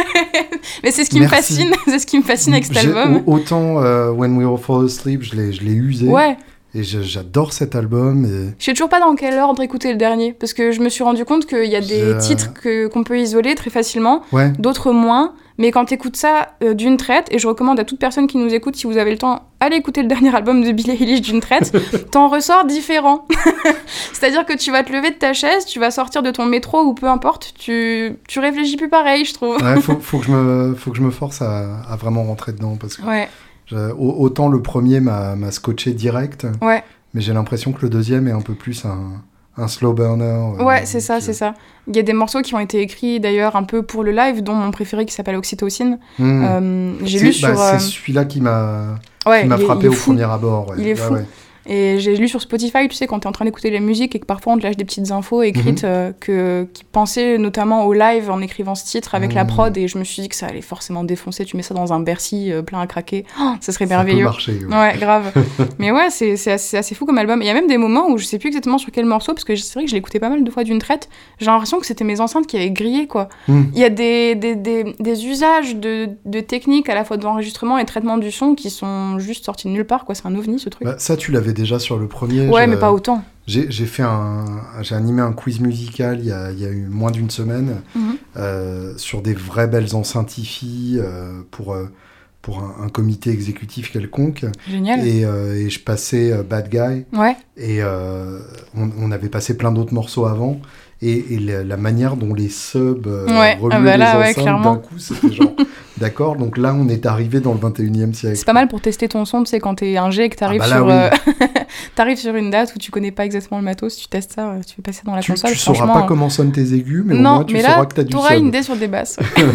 Mais c'est ce qui Merci. me fascine, c'est ce qui me fascine avec cet J'ai, album. Autant euh, When We All Fall Asleep, je l'ai, je l'ai usé. Ouais. Et je, j'adore cet album. Et... Je sais toujours pas dans quel ordre écouter le dernier, parce que je me suis rendu compte qu'il y a des je... titres que, qu'on peut isoler très facilement, ouais. d'autres moins. Mais quand t'écoutes ça euh, d'une traite, et je recommande à toute personne qui nous écoute, si vous avez le temps, allez écouter le dernier album de Billie Eilish d'une traite, t'en ressors différent. C'est-à-dire que tu vas te lever de ta chaise, tu vas sortir de ton métro ou peu importe, tu, tu réfléchis plus pareil, je trouve. Ouais, faut, faut, que je me, faut que je me force à, à vraiment rentrer dedans, parce que ouais. je, autant le premier m'a, m'a scotché direct, ouais. mais j'ai l'impression que le deuxième est un peu plus un... un slow burner. Euh, ouais, c'est ça, c'est ça. Il y a des morceaux qui ont été écrits d'ailleurs un peu pour le live, dont mon préféré qui s'appelle Oxytocine. Mmh. Euh, j'ai c'est, lu bah, sur... C'est euh... celui-là qui m'a, ouais, qui m'a il frappé est, il au fou. premier abord. Ouais. Il est ouais, fou. Ouais. Et j'ai lu sur Spotify, tu sais, quand t'es en train d'écouter la musique et que parfois on te lâche des petites infos écrites, mmh. euh, que, qui pensaient notamment au live en écrivant ce titre avec mmh. la prod, et je me suis dit que ça allait forcément défoncer. Tu mets ça dans un Bercy euh, plein à craquer, oh, ça serait merveilleux. Ça peut marcher. Ouais, ouais grave. Mais ouais, c'est, c'est, assez, c'est assez fou comme album. Il y a même des moments où je sais plus exactement sur quel morceau, parce que c'est vrai que je l'écoutais pas mal de fois d'une traite, j'ai l'impression que c'était mes enceintes qui avaient grillé, quoi. Mmh. Il y a des, des, des, des usages de, de techniques à la fois d'enregistrement et de traitement du son qui sont juste sortis de nulle part, quoi. C'est un ovni, ce truc. Bah, ça, tu l'avais déjà sur le premier. Ouais, mais pas autant. J'ai, j'ai fait un, j'ai animé un quiz musical il y a, il y a eu moins d'une semaine mm-hmm. euh, sur des vraies belles enceintes hi-fi euh, pour euh, pour un, un comité exécutif quelconque. Génial. Et, euh, et je passais euh, Bad Guy. Ouais. Et euh, on, on avait passé plein d'autres morceaux avant. Et, et la, la manière dont les subs euh, ouais. remuaient ah bah là, les ouais, enceintes clairement. d'un coup, c'était genre... D'accord, donc là, on est arrivé dans le vingt et unième siècle. C'est pas mal pour tester ton son, tu sais, quand t'es un G et que t'arrives, ah bah là, sur, oui. euh... t'arrives sur une date où tu connais pas exactement le matos, tu testes ça, tu fais passer dans la tu, console. Tu sauras pas comment sonnent tes aigus, mais non, au moins tu mais sauras là, que t'as du sub. t'auras une idée sur des basses.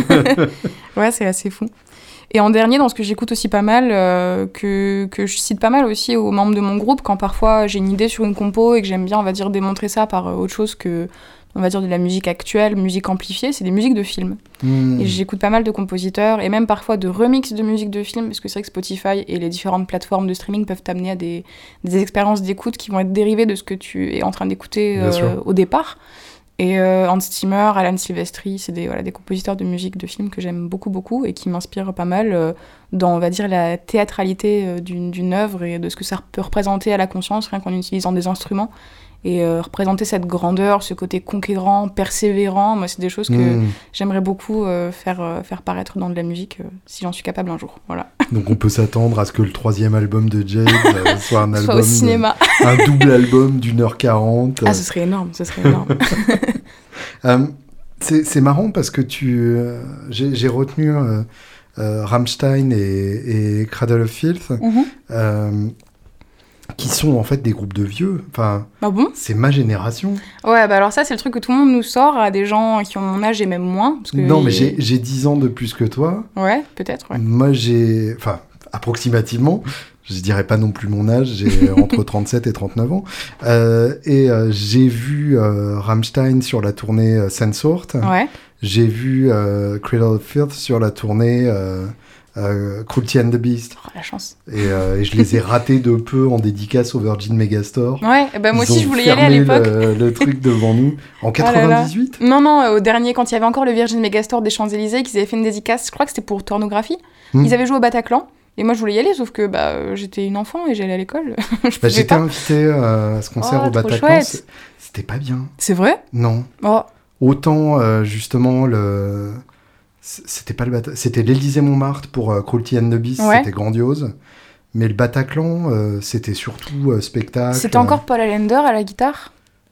Ouais, c'est assez fou. Et en dernier, dans ce que j'écoute aussi pas mal, euh, que, que je cite pas mal aussi aux membres de mon groupe, quand parfois j'ai une idée sur une compo et que j'aime bien, on va dire, démontrer ça par euh, autre chose que, on va dire, de la musique actuelle, musique amplifiée, c'est des musiques de films. Mmh. Et j'écoute pas mal de compositeurs, et même parfois de remix de musique de films, parce que c'est vrai que Spotify et les différentes plateformes de streaming peuvent t'amener à des, des expériences d'écoute qui vont être dérivées de ce que tu es en train d'écouter euh, au départ. Et euh, Hans Zimmer, Alan Silvestri, c'est des, voilà, des compositeurs de musique de films que j'aime beaucoup, beaucoup, et qui m'inspirent pas mal euh, dans, on va dire, la théâtralité euh, d'une, d'une œuvre et de ce que ça peut représenter à la conscience, rien qu'en utilisant des instruments. Et euh, représenter cette grandeur, ce côté conquérant, persévérant, moi, c'est des choses que mmh. j'aimerais beaucoup euh, faire, euh, faire paraître dans de la musique, euh, si j'en suis capable un jour. Voilà. Donc on peut s'attendre à ce que le troisième album de Jade euh, soit un album... soit au cinéma. De, un double album d'une heure quarante. Ah, ce serait énorme, ce serait énorme. euh, c'est, c'est marrant parce que tu... Euh, j'ai, j'ai retenu euh, euh, Rammstein et, et Cradle of Filth. Mmh. Euh, qui sont en fait des groupes de vieux. Enfin, ah bon ? C'est ma génération. Ouais, bah alors ça, c'est le truc que tout le monde nous sort à des gens qui ont mon âge et même moins. Parce que non, mais il... j'ai, j'ai dix ans de plus que toi. Ouais, peut-être, ouais. Moi, j'ai... Enfin, approximativement. Je dirais pas non plus mon âge. J'ai entre trente-sept et trente-neuf ans. Euh, et euh, j'ai vu euh, Rammstein sur la tournée euh, Sensort. Ouais. J'ai vu euh, Cradle of Filth sur la tournée... Euh, Euh, Cruelty and the Beast. Oh, la chance. Et, euh, et je les ai ratés de peu en dédicace au Virgin Megastore. Ouais, bah moi Ils aussi je voulais y aller à l'époque. Le, le truc devant nous. En quatre-vingt-dix-huit ? Oh là là. Non, non, au dernier, quand il y avait encore le Virgin Megastore des Champs-Élysées, qu'ils avaient fait une dédicace, je crois que c'était pour Tornographie. Mmh. Ils avaient joué au Bataclan. Et moi, je voulais y aller, sauf que bah, j'étais une enfant et j'allais à l'école. je bah, j'étais pas. invité euh, à ce concert oh, au Bataclan. C'est... C'était pas bien. C'est vrai ? Non. Oh. Autant, euh, justement, le... C'était pas le Bat... C'était l'Élysée-Montmartre pour euh, Cruelty and the Beast, ouais. C'était grandiose. Mais le Bataclan, euh, c'était surtout euh, spectacle. C'était encore Paul Allender à la guitare ?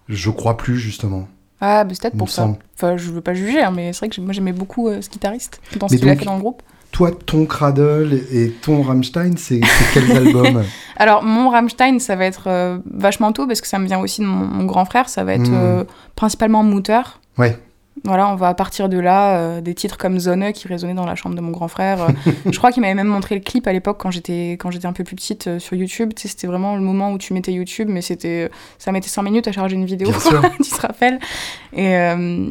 Je crois plus, justement. Ah, bah, c'est peut-être Il pour me ça. semble. Enfin, je veux pas juger, hein, mais c'est vrai que j'ai- moi j'aimais beaucoup euh, ce guitariste dans ce Mais qu'il a donc- fait dans le groupe. Toi, ton Cradle et ton Rammstein, c'est, c'est quels albums? Alors, mon Rammstein, ça va être euh, vachement tôt parce que ça me vient aussi de mon, mon grand frère. Ça va être Mm. euh, principalement Mutter. Ouais. Voilà, on va à partir de là, euh, des titres comme Sonne qui résonnaient dans la chambre de mon grand frère. Euh, je crois qu'il m'avait même montré le clip à l'époque quand j'étais, quand j'étais un peu plus petite euh, sur YouTube. Tu sais, c'était vraiment le moment où tu mettais YouTube, mais c'était, ça mettait cinq minutes à charger une vidéo, Bien sûr. tu te rappelles. Et, euh,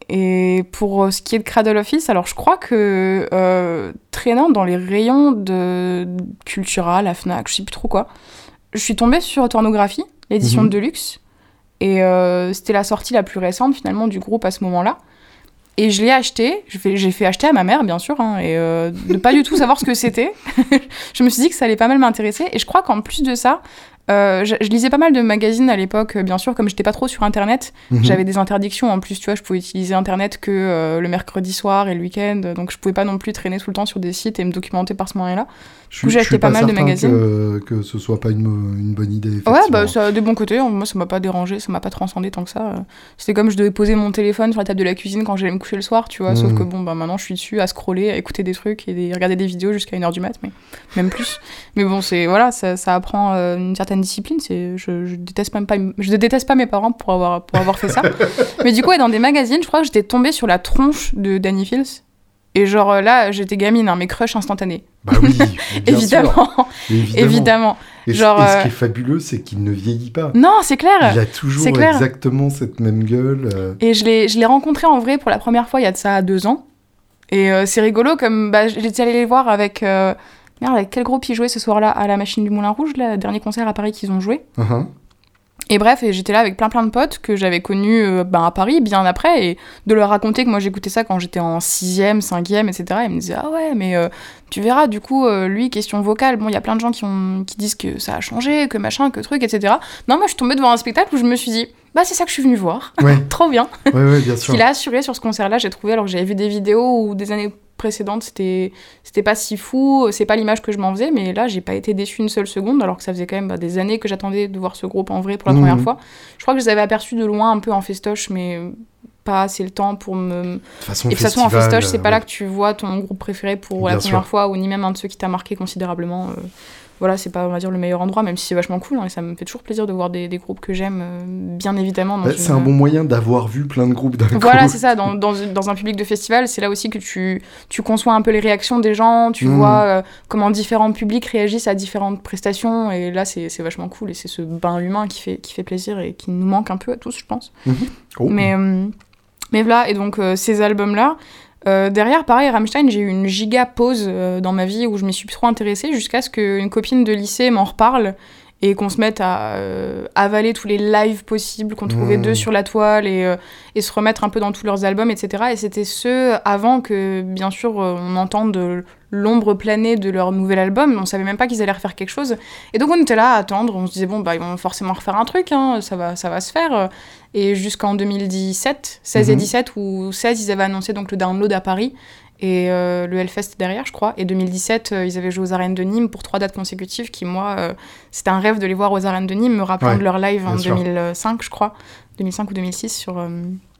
et pour ce qui est de Cradle of Filth, alors je crois que euh, traînant dans les rayons de Cultura, la Fnac, je sais plus trop quoi, je suis tombée sur Tornographie, l'édition Mhm. de Deluxe. Et euh, c'était la sortie la plus récente finalement du groupe à ce moment-là. Et je l'ai acheté, je fais- j'ai fait acheter à ma mère bien sûr, hein, et euh, de pas du tout savoir ce que c'était. Je me suis dit que ça allait pas mal m'intéresser. Et je crois qu'en plus de ça, euh, je, je lisais pas mal de magazines à l'époque, bien sûr, comme j'étais pas trop sur Internet. Mhm. J'avais des interdictions en plus, tu vois, je pouvais utiliser Internet que euh, le mercredi soir et le week-end, donc je pouvais pas non plus traîner tout le temps sur des sites et me documenter par ce moyen-là. Je coup, suis- j'ai je suis acheté pas mal de certain magazines. Que, que ce soit pas une, une bonne idée. Ouais, effectivement. bah ça a des bons côtés, moi ça m'a pas dérangé, ça m'a pas transcendé tant que ça. euh. C'était comme je devais poser mon téléphone sur la table de la cuisine quand j'allais me coucher le soir, tu vois, sauf Mhm. que bon, bah maintenant je suis dessus à scroller, à écouter des trucs et des- regarder des vidéos jusqu'à une heure du mat, mais même plus. Mais bon, c'est voilà, ça, ça apprend euh, une certaine discipline, c'est, je, je déteste même pas, je déteste pas mes parents pour avoir, pour avoir fait ça. Mais du coup, ouais, dans des magazines, je crois que j'étais tombée sur la tronche de Danny Fields. Et genre euh, là, j'étais gamine, hein, mes crushs instantanés. Bah oui, bien sûr. Évidemment, Évidemment. évidemment. Et, Genre, et ce euh, qui est fabuleux, c'est qu'il ne vieillit pas. Non, c'est clair. Il a toujours c'est clair. exactement cette même gueule. euh. Et je l'ai, je l'ai rencontré en vrai pour la première fois il y a de ça deux ans. Et euh, c'est rigolo, comme bah, j'étais allée les voir avec. Euh... Merde, avec quel groupe ils jouaient ce soir-là à la Machine du Moulin Rouge, là, le dernier concert à Paris qu'ils ont joué. Uh-huh. Et bref, et j'étais là avec plein plein de potes que j'avais connus euh, ben, à Paris bien après, et de leur raconter que moi j'écoutais ça quand j'étais en sixième, cinquième, et cetera. Ils me disaient ah ouais, mais euh, tu verras, du coup, euh, lui, question vocale, bon, il y a plein de gens qui, ont, qui disent que ça a changé, que machin, que truc, et cetera. Non, moi je suis tombée devant un spectacle où je me suis dit bah c'est ça que je suis venue voir, Ouais, trop bien. ouais, ouais, bien Ce sûr. qu'il a assuré sur ce concert-là, j'ai trouvé, alors que j'avais vu des vidéos où des années précédentes, c'était, c'était pas si fou, c'est pas l'image que je m'en faisais, mais là, j'ai pas été déçue une seule seconde, alors que ça faisait quand même bah, des années que j'attendais de voir ce groupe en vrai pour la Mmh. première fois. Je crois que je les avais aperçus de loin, un peu en festoche, mais pas assez le temps pour me... De toute façon, Et de toute façon, en festival, festoche, c'est euh, pas là ouais. que tu vois ton groupe préféré pour la Bien première sûr. fois, ou ni même un de ceux qui t'a marqué considérablement. euh, Voilà, c'est pas, on va dire, le meilleur endroit, même si c'est vachement cool, hein, et ça me fait toujours plaisir de voir des, des groupes que j'aime, euh, bien évidemment. Dans Bah, une- c'est un bon moyen d'avoir vu plein de groupes d'un coup. Voilà, c'est ça, dans, dans, dans un public de festival, c'est là aussi que tu, tu conçois un peu les réactions des gens, tu Mmh. vois euh, comment différents publics réagissent à différentes prestations, et là, c'est, c'est vachement cool, et c'est ce bain humain qui fait, qui fait plaisir et qui nous manque un peu à tous, je pense. Mhm. Oh. Mais, euh, mais voilà, et donc euh, ces albums-là, euh, derrière, pareil, Rammstein, j'ai eu une giga pause euh, dans ma vie où je m'y suis plus trop intéressée jusqu'à ce qu'une copine de lycée m'en reparle et qu'on se mette à euh, avaler tous les lives possibles, qu'on trouvait Mmh. d'eux sur la toile et, euh, et se remettre un peu dans tous leurs albums, et cetera. Et c'était ce avant que, bien sûr, euh, on entende euh, l'ombre planer de leur nouvel album. On savait même pas qu'ils allaient refaire quelque chose. Et donc on était là à attendre, on se disait, bon, bah, ils vont forcément refaire un truc, hein, ça va, ça va se faire. Et jusqu'en deux mille dix-sept, seize et Mhm. dix-sept, ou seize, ils avaient annoncé donc, le download à Paris, et euh, le Hellfest derrière, je crois. Et deux mille dix-sept, euh, ils avaient joué aux arènes de Nîmes pour trois dates consécutives, qui, moi, euh, c'était un rêve de les voir aux arènes de Nîmes, me rappelant Ouais, de leur live en bien sûr. deux mille cinq, je crois, deux mille cinq ou deux mille six, sur, euh,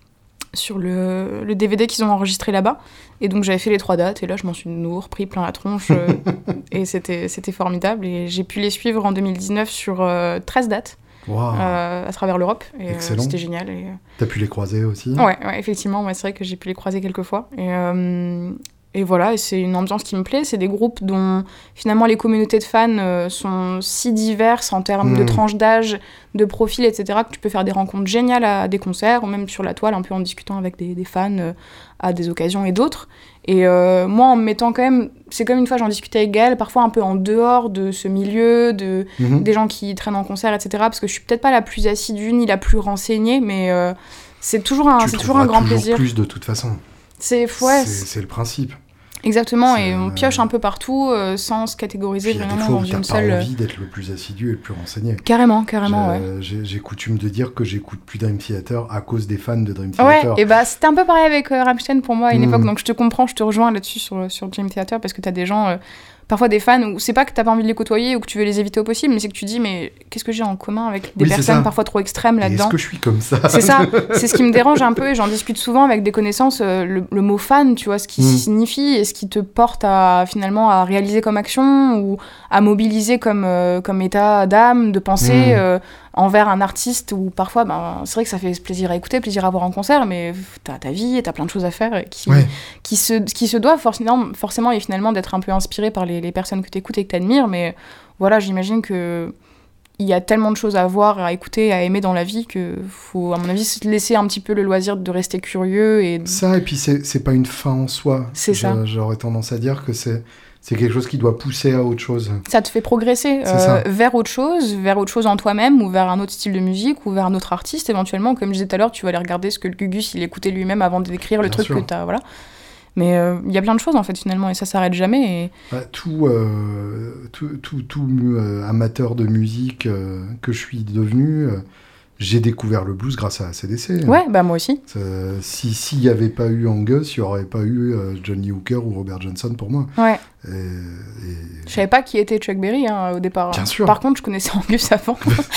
sur le, le D V D qu'ils ont enregistré là-bas. Et donc j'avais fait les trois dates, et là je m'en suis de nouveau repris plein la tronche, euh, et c'était, c'était formidable. Et j'ai pu les suivre en deux mille dix-neuf sur euh, treize dates. Waouh. Euh, à travers l'Europe, et euh, Excellent. c'était génial. Et, euh, T'as pu les croiser aussi. Ouais, ouais, effectivement, ouais, c'est vrai que j'ai pu les croiser quelques fois. Et, euh, et voilà, et c'est une ambiance qui me plaît. C'est des groupes dont finalement les communautés de fans euh, sont si diverses en termes Mm. de tranches d'âge, de profils, et cetera, que tu peux faire des rencontres géniales à des concerts, ou même sur la toile, un peu en discutant avec des, des fans euh, à des occasions et d'autres. Et euh, moi, en me mettant quand même... C'est comme une fois, j'en discutais avec Gaël, parfois un peu en dehors de ce milieu, de, Mhm. des gens qui traînent en concert, et cetera. Parce que je suis peut-être pas la plus assidue ni la plus renseignée, mais euh, c'est toujours un, Tu c'est toujours un trouveras grand toujours plaisir. plus de toute façon. C'est ouais, c'est, c'est le principe. exactement. c'est, Et on euh, pioche un peu partout euh, sans se Puis catégoriser il y a des vraiment fois dans où t'as une pas seule. euh, envie d'être le plus assidu et le plus renseigné. Carrément, carrément, ouais. j'ai, j'ai, j'ai coutume de dire que j'écoute plus Dream Theater à cause des fans de Dream Ouais, Theater. et bah c'était un peu pareil avec euh, Rammstein pour moi à une Mm. époque, donc je te comprends, je te rejoins là-dessus sur, sur Dream Theater, parce que t'as des gens, euh, parfois des fans où c'est pas que t'as pas envie de les côtoyer ou que tu veux les éviter au possible, mais c'est que tu dis mais qu'est-ce que j'ai en commun avec des Oui, c'est personnes ça. parfois trop extrêmes Et là-dedans. est-ce que je suis comme ça? C'est ça, c'est ce qui me dérange un peu et j'en discute souvent avec des connaissances, euh, le, le mot fan, tu vois, ce qui Mm. signifie et ce qui te porte à finalement à réaliser comme action ou à mobiliser comme, euh, comme état d'âme, de pensée Mm. euh, envers un artiste où parfois, ben, c'est vrai que ça fait plaisir à écouter, plaisir à voir en concert, mais pff, t'as ta vie et t'as plein de choses à faire et qui, Ouais. qui, se, qui se doivent forcément, forcément et finalement d'être un peu inspiré par les, les personnes que t'écoutes et que t'admires, mais voilà, j'imagine que il y a tellement de choses à voir, à écouter, à aimer dans la vie que faut, à mon avis, se laisser un petit peu le loisir de rester curieux et de... Ça, et puis c'est, c'est pas une fin en soi. C'est Je- ça. J'aurais tendance à dire que c'est, c'est quelque chose qui doit pousser à autre chose. Ça te fait progresser C'est euh, ça. vers autre chose, vers autre chose en toi-même, ou vers un autre style de musique, ou vers un autre artiste éventuellement. Comme je disais tout à l'heure, tu vas aller regarder ce que le Gugus il écoutait lui-même avant d'écrire le Bien truc sûr. que t'as, voilà. Mais euh, il y a plein de choses en fait finalement, et ça s'arrête jamais. Et... Bah, tout, euh, tout, tout, tout euh, amateur de musique euh, que je suis devenu, euh, j'ai découvert le blues grâce à A C D C. Ouais, bah moi aussi. Ça- si s'il n'y avait pas eu Angus, il n'y aurait pas eu euh, Johnny Hooker ou Robert Johnson pour moi. Ouais. Et, et- Je savais pas qui était Chuck Berry hein, au départ. Bien sûr. Par contre, je connaissais Angus avant.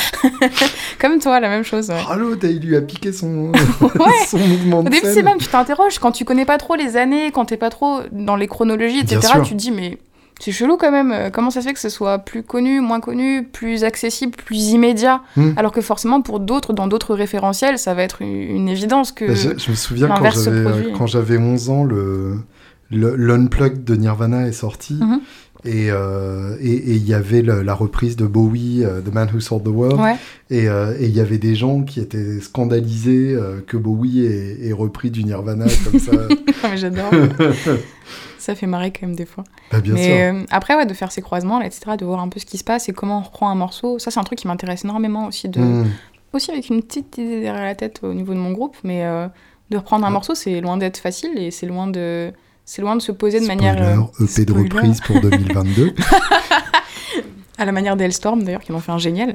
Comme toi, la même chose. Ouais. Ah l'autre, il lui a piqué son, Ouais. son mouvement Au de début, scène. c'est même, tu t'interroges, quand tu connais pas trop les années, quand t'es pas trop dans les chronologies, Bien et cetera, sûr. tu te dis, mais c'est chelou quand même, euh, comment ça se fait que ce soit plus connu, moins connu, plus accessible, plus immédiat, Hmm. alors que forcément, pour d'autres, dans d'autres référentiels, ça va être une, une évidence que... Bah, je, je me souviens quand l'inverse se j'avais, produit. quand j'avais onze ans, le, le, l'Unplugged de Nirvana est sorti. Mhm. Et euh, et- et il y avait le- la reprise de Bowie, euh, The Man Who Sold the World. Ouais, Et euh, et il y avait des gens qui étaient scandalisés euh, que Bowie ait, ait repris du Nirvana comme ça. Ah, mais j'adore. Ça fait marrer quand même des fois. Bah, bien mais sûr. euh, après, ouais, de faire ces croisements, là, et cetera, de voir un peu ce qui se passe et comment on reprend un morceau, ça c'est un truc qui m'intéresse énormément aussi, de... Mm. aussi avec une petite idée derrière la tête au niveau de mon groupe, mais euh, de reprendre un Ah. morceau, c'est loin d'être facile et c'est loin de, c'est loin de se poser de Spoiler, manière... euh, E P de spoiler. reprise pour deux mille vingt-deux. À la manière d'Hellstorm, d'ailleurs, qui en fait un génial.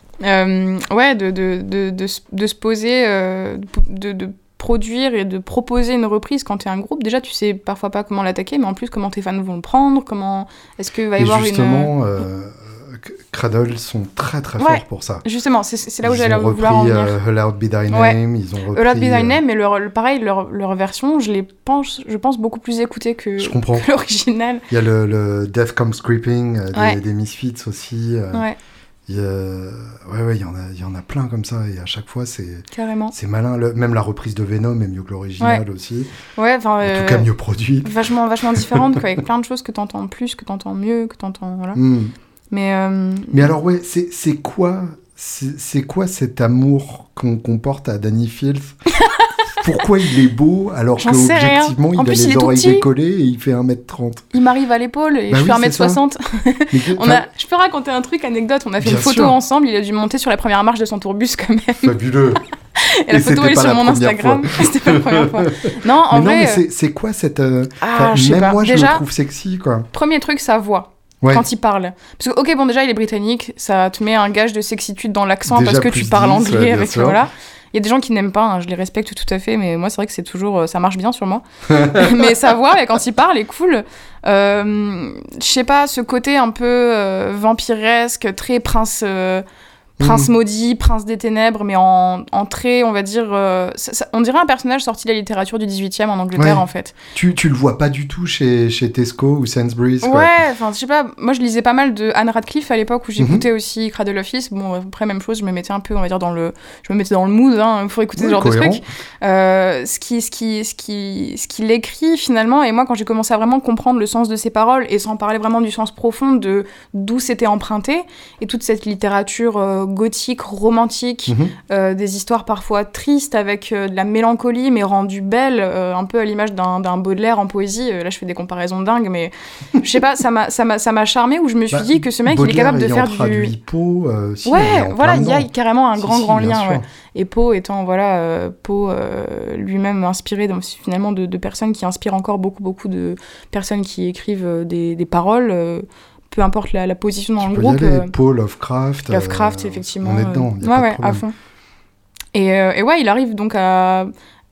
Euh, ouais, de, de, de, de, se- de se poser, euh, de, de produire et de proposer une reprise quand t'es un groupe. Déjà, tu sais parfois pas comment l'attaquer, mais en plus, comment tes fans vont le prendre, comment... Est-ce qu'il va y Et avoir une... justement, euh, Cradle sont très très Ouais. forts pour ça. Justement, c'est, c'est là où Ils j'allais ont repris vouloir en venir. euh, Hell Out Be Thy Name, Ouais. ils ont repris... A Lot Be Thy euh, Name, mais leur, le- pareil, leur, leur version, je les pense, je pense beaucoup plus écoutée que, Je comprends. que l'original. Il y a le, le Death Comes Creeping euh, des, Ouais. des Misfits aussi. euh, Ouais, il y a- Ouais, ouais, il y en a, il y en a plein comme ça, et à chaque fois, c'est, carrément. c'est malin. Le- même la reprise de Venom est mieux que l'original aussi. Ouais, enfin... En euh, tout cas, mieux produite. Vachement, vachement différente, quoi, avec plein de choses que t'entends plus, que t'entends mieux, que t'entends... Voilà. Hmm. Mais... euh, Mais alors, ouais, c'est, c'est quoi c'est, c'est quoi cet amour qu'on, qu'on porte à Danny Fields? Pourquoi il est beau alors J'en sais rien. qu'objectivement il En a plus, il les est tout oreilles petit. décollées et il fait un mètre trente? il m'arrive à l'épaule et Bah je oui, fais un c'est mètre ça. soixante. Mais que- On a... Je peux raconter un truc, anecdote, on a fait Bien une photo sûr. ensemble, il a dû monter sur la première marche de son tourbus quand même. Fabuleux. Et la Et photo c'était est pas sur la mon première Instagram. C'était pas la première fois. Non, en mais non, vrai... mais euh, c'est, c'est quoi cette... euh, Ah, enfin, je sais même pas. moi, je Déjà- le trouve sexy, quoi. Premier truc, sa voix. Ouais. Quand il parle. Parce que, ok, bon, déjà, il est britannique, ça te met un gage de sexitude dans l'accent Déjà parce que plus tu parles dix, anglais ouais, bien avec. sûr. Voilà. Il y a des gens qui n'aiment pas, hein, je les respecte tout à fait, mais moi, c'est vrai que c'est toujours. euh, Ça marche bien sur moi. Mais sa voix, et quand il parle, est cool. Euh, je sais pas, ce côté un peu euh, vampiresque, très prince. euh, Prince Mhm. maudit, prince des ténèbres, mais en, en très, on va dire... euh, ça- ça- on dirait un personnage sorti de la littérature du dix-huitième en Angleterre, Ouais. en fait. Tu, tu le vois pas du tout chez, chez Tesco ou Sainsbury's, quoi. Ouais, enfin, je sais pas, moi je lisais pas mal de Anne Radcliffe à l'époque où j'écoutais Mhm. aussi Cradle of Filth. Bon, après, même chose, je me mettais un peu, on va dire, dans le, je me mettais dans le mood hein, pour écouter Ouais, ce genre cohérent. de trucs. Euh, ce qui, ce qui, ce qui, ce qu'il écrit finalement, et moi quand j'ai commencé à vraiment comprendre le sens de ses paroles, et sans parler vraiment du sens profond de d'où c'était emprunté, et toute cette littérature euh, gothique, romantique, Mhm. euh, des histoires parfois tristes avec euh, de la mélancolie mais rendues belles, euh, un peu à l'image d'un, d'un Baudelaire en poésie. Euh, là, je fais des comparaisons dingues, mais je sais pas, ça m'a, ça m'a, ça m'a charmé où je me suis Bah, dit que ce mec, il est Baudelaire capable de ayant faire du... traduit Poe, euh, si, on est Ouais, en voilà, plein il y a dedans. carrément un Si, grand, si, grand bien lien. sûr. Ouais. Et Poe étant, voilà, euh, Poe euh, lui-même inspiré donc, finalement de, de personnes qui inspirent encore beaucoup, beaucoup de personnes qui écrivent euh, des, des paroles, euh, peu importe la, la position dans Tu le peux groupe. y aller, euh, Poe, Lovecraft. Lovecraft, euh, effectivement. On est euh, dedans, y a ouais, pas de ouais, à problème. fond. Et, euh, et ouais, il arrive donc à,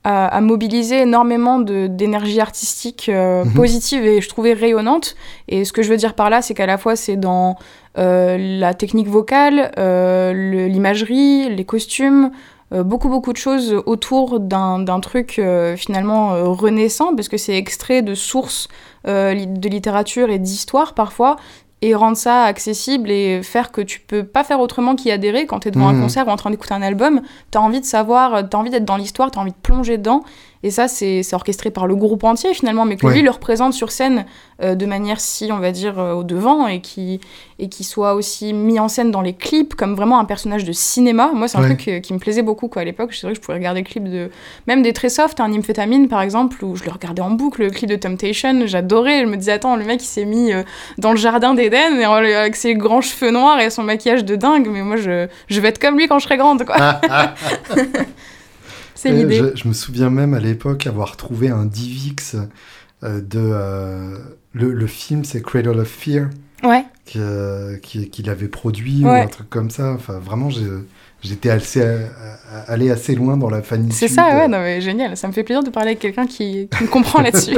à, à mobiliser énormément de, d'énergie artistique euh, mmh. positive et je trouvais rayonnante. Et ce que je veux dire par là, c'est qu'à la fois, c'est dans euh, la technique vocale, euh, le, l'imagerie, les costumes, euh, beaucoup, beaucoup de choses autour d'un, d'un truc euh, finalement euh, renaissant, parce que c'est extrait de sources euh, de littérature et d'histoire parfois, et rendre ça accessible et faire que tu peux pas faire autrement qu'y adhérer quand t'es devant mmh. un concert ou en train d'écouter un album. T'as envie de savoir, t'as envie d'être dans l'histoire, t'as envie de plonger dedans. Et ça, c'est, c'est orchestré par le groupe entier, finalement, mais que ouais. lui le représente sur scène euh, de manière si, on va dire, euh, au devant, et qui, et qui soit aussi mis en scène dans les clips, comme vraiment un personnage de cinéma. Moi, c'est un ouais. truc euh, qui me plaisait beaucoup, quoi, à l'époque. C'est vrai que je pouvais regarder des clips de... Même des très soft, un Nymphétamine, par exemple, où je le regardais en boucle, le clip de Temptation, j'adorais. Je me disais, attends, le mec, il s'est mis euh, dans le jardin d'Éden, et, euh, avec ses grands cheveux noirs et son maquillage de dingue, mais moi, je, je vais être comme lui quand je serai grande, quoi. C'est l'idée. Je, je me souviens même à l'époque avoir trouvé un D V X euh, de... Euh, le, le film, c'est Cradle of Fear. Ouais. Qui, euh, qui, qu'il avait produit ouais. ou un truc comme ça. Enfin, vraiment, j'ai, j'étais assez, allé assez loin dans la fanitude. C'est ça, ouais, non, mais génial. Ça me fait plaisir de parler avec quelqu'un qui, qui me comprend là-dessus.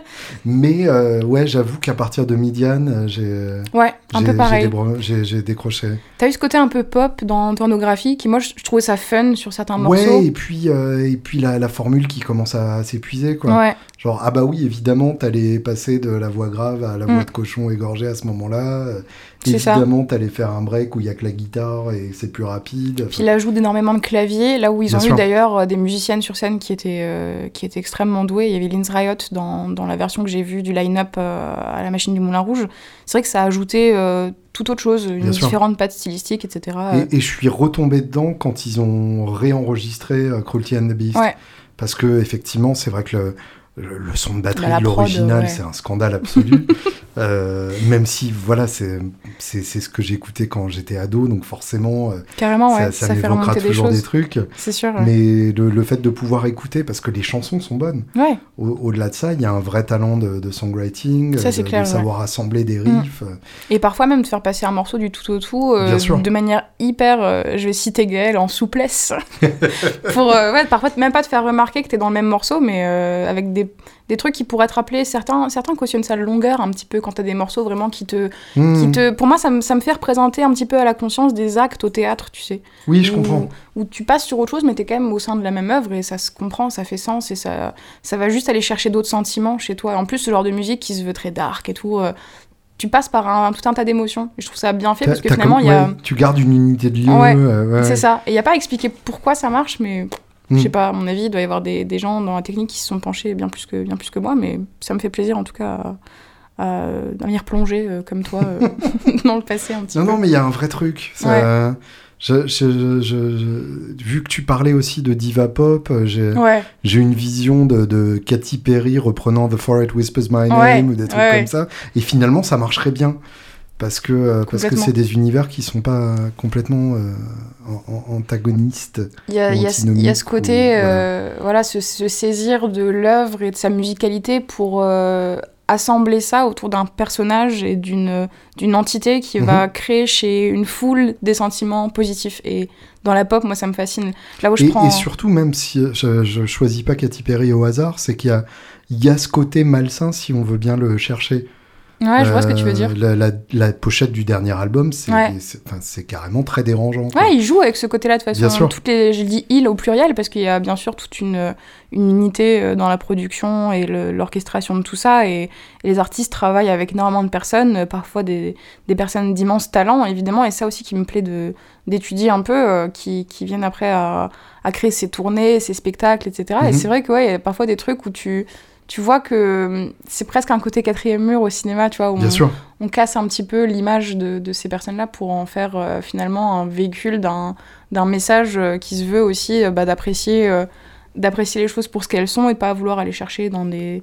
Mais euh, ouais, j'avoue qu'à partir de Midian, j'ai, ouais, un j'ai, peu pareil. J'ai, débro- j'ai, j'ai décroché. T'as eu ce côté un peu pop dans Pornographie, qui moi, je, je trouvais ça fun sur certains morceaux. Ouais, et puis, euh, et puis la, la formule qui commence à, à s'épuiser, quoi. Ouais. Genre, ah bah oui, évidemment, t'allais passer de la voix grave à la voix mm. de cochon égorgée à ce moment-là. C'est évidemment, ça. T'allais faire un break où il y a que la guitare et c'est plus rapide. Puis l'ajout d'énormément de claviers, là où ils Bien ont sûr. eu d'ailleurs des musiciennes sur scène qui étaient, euh, qui étaient extrêmement douées. Il y avait Linz Riot dans, dans la version que j'ai vue du line-up euh, à la Machine du Moulin Rouge. C'est vrai que ça a ajouté euh, toute autre chose, une Bien différente sûr. patte stylistique, et cetera. Et, et je suis retombé dedans quand ils ont réenregistré euh, Cruelty and the Beast. Ouais. Parce que, effectivement, c'est vrai que le, le, le son de batterie bah, de l'original, ouais. c'est un scandale absolu. euh, même si, voilà, c'est, c'est, c'est ce que j'écoutais quand j'étais ado, donc forcément, euh, Carrément, ça, ouais, ça, ça m'évoquera fait toujours des, des trucs. C'est sûr. Ouais. Mais le, le fait de pouvoir écouter, parce que les chansons sont bonnes. Ouais. Au, au-delà de ça, il y a un vrai talent de, de songwriting, ça, c'est de, clair, de savoir ouais. assembler des riffs. Mmh. Et parfois même de faire passer un morceau du tout au tout euh, de manière hyper, euh, je vais citer Gaël, en souplesse. Pour, euh, ouais, parfois même pas te faire remarquer que t'es dans le même morceau, mais euh, avec des, des trucs qui pourraient te rappeler, certains, certains cautionnent sa longueur un petit peu quand t'as des morceaux vraiment qui te... Mmh. Qui te pour moi, ça me, ça me fait représenter un petit peu à la conscience des actes au théâtre, tu sais. Oui, je où, comprends. Où tu passes sur autre chose, mais t'es quand même au sein de la même œuvre et ça se comprend, ça fait sens et ça, ça va juste aller chercher d'autres sentiments chez toi. En plus, ce genre de musique qui se veut très dark et tout... Euh, tu passes par un, tout un tas d'émotions. Et je trouve ça bien fait, t'as, parce que finalement, il comme, y a... Ouais, tu gardes une unité de lieu. Ouais, euh, ouais. c'est ça. Et il n'y a pas à expliquer pourquoi ça marche, mais... Mm. Je sais pas, à mon avis, il doit y avoir des, des gens dans la technique qui se sont penchés bien plus que, bien plus que moi, mais ça me fait plaisir, en tout cas, à, à, à venir plonger, euh, comme toi, euh, dans le passé un petit non, peu. Non, non, mais il y a un vrai truc. Ça... Ouais. Je, je, je, je, vu que tu parlais aussi de diva pop, j'ai, ouais. j'ai une vision de, de Katy Perry reprenant The Forest Whispers My Name ouais. ou des trucs ouais, comme ouais. ça. Et finalement, ça marcherait bien. Parce que, euh, parce que c'est des univers qui sont pas complètement euh, en, en, antagonistes. Il y a, y, a, y a ce côté, ou, euh, voilà, voilà se, se saisir de l'œuvre et de sa musicalité pour euh, assembler ça autour d'un personnage et d'une, d'une entité qui mm-hmm. va créer chez une foule des sentiments positifs. Et dans la pop, moi, ça me fascine. Là où je et, prends... et surtout, même si je, je choisis pas Katy Perry au hasard, c'est qu'il y a, il y a ce côté malsain si on veut bien le chercher. Ouais, je vois euh, ce que tu veux dire. La, la, la pochette du dernier album, c'est, ouais. c'est, c'est carrément très dérangeant. Quoi. Ouais, il joue avec ce côté-là de façon... Bien sûr. Toutes les, je dis « il » au pluriel, parce qu'il y a bien sûr toute une, une unité dans la production et le, l'orchestration de tout ça, et, et les artistes travaillent avec énormément de personnes, parfois des, des personnes d'immenses talents, évidemment, et ça aussi qui me plaît de, d'étudier un peu, euh, qui, qui viennent après à, à créer ces tournées, ces spectacles, et cetera. Mm-hmm. Et c'est vrai que ouais, y a parfois des trucs où tu... Tu vois que c'est presque un côté quatrième mur au cinéma, tu vois, où Bien on, sûr. on casse un petit peu l'image de, de ces personnes-là pour en faire euh, finalement un véhicule d'un, d'un message euh, qui se veut aussi euh, bah, d'apprécier, euh, d'apprécier les choses pour ce qu'elles sont et de pas vouloir aller chercher dans des,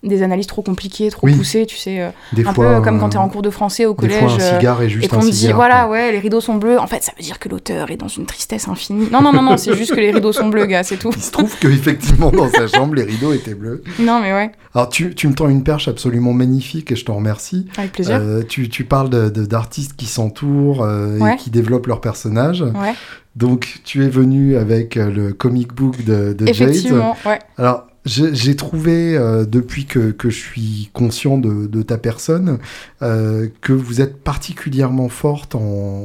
des analyses trop compliquées, trop oui. poussées, tu sais, euh, des un fois, peu comme quand euh, t'es en cours de français au collège, des fois, un cigare est juste et qu'on un me cigare, dit, voilà, quoi. ouais, les rideaux sont bleus, en fait, ça veut dire que l'auteur est dans une tristesse infinie. Non, non, non, non, c'est juste que les rideaux sont bleus, gars, c'est tout. Il se trouve qu'effectivement, dans sa chambre, les rideaux étaient bleus. Non, mais ouais. Alors, tu, tu me tends une perche absolument magnifique et je t'en remercie. Avec plaisir. Euh, tu, tu parles de, de, d'artistes qui s'entourent euh, Ouais. et qui développent leurs personnages. Ouais. Donc, tu es venu avec euh, le comic book de, de Jade. Effectivement, ouais. Alors, j'ai, j'ai trouvé, euh, depuis que, que je suis conscient de, de ta personne, euh, que vous êtes particulièrement forte en,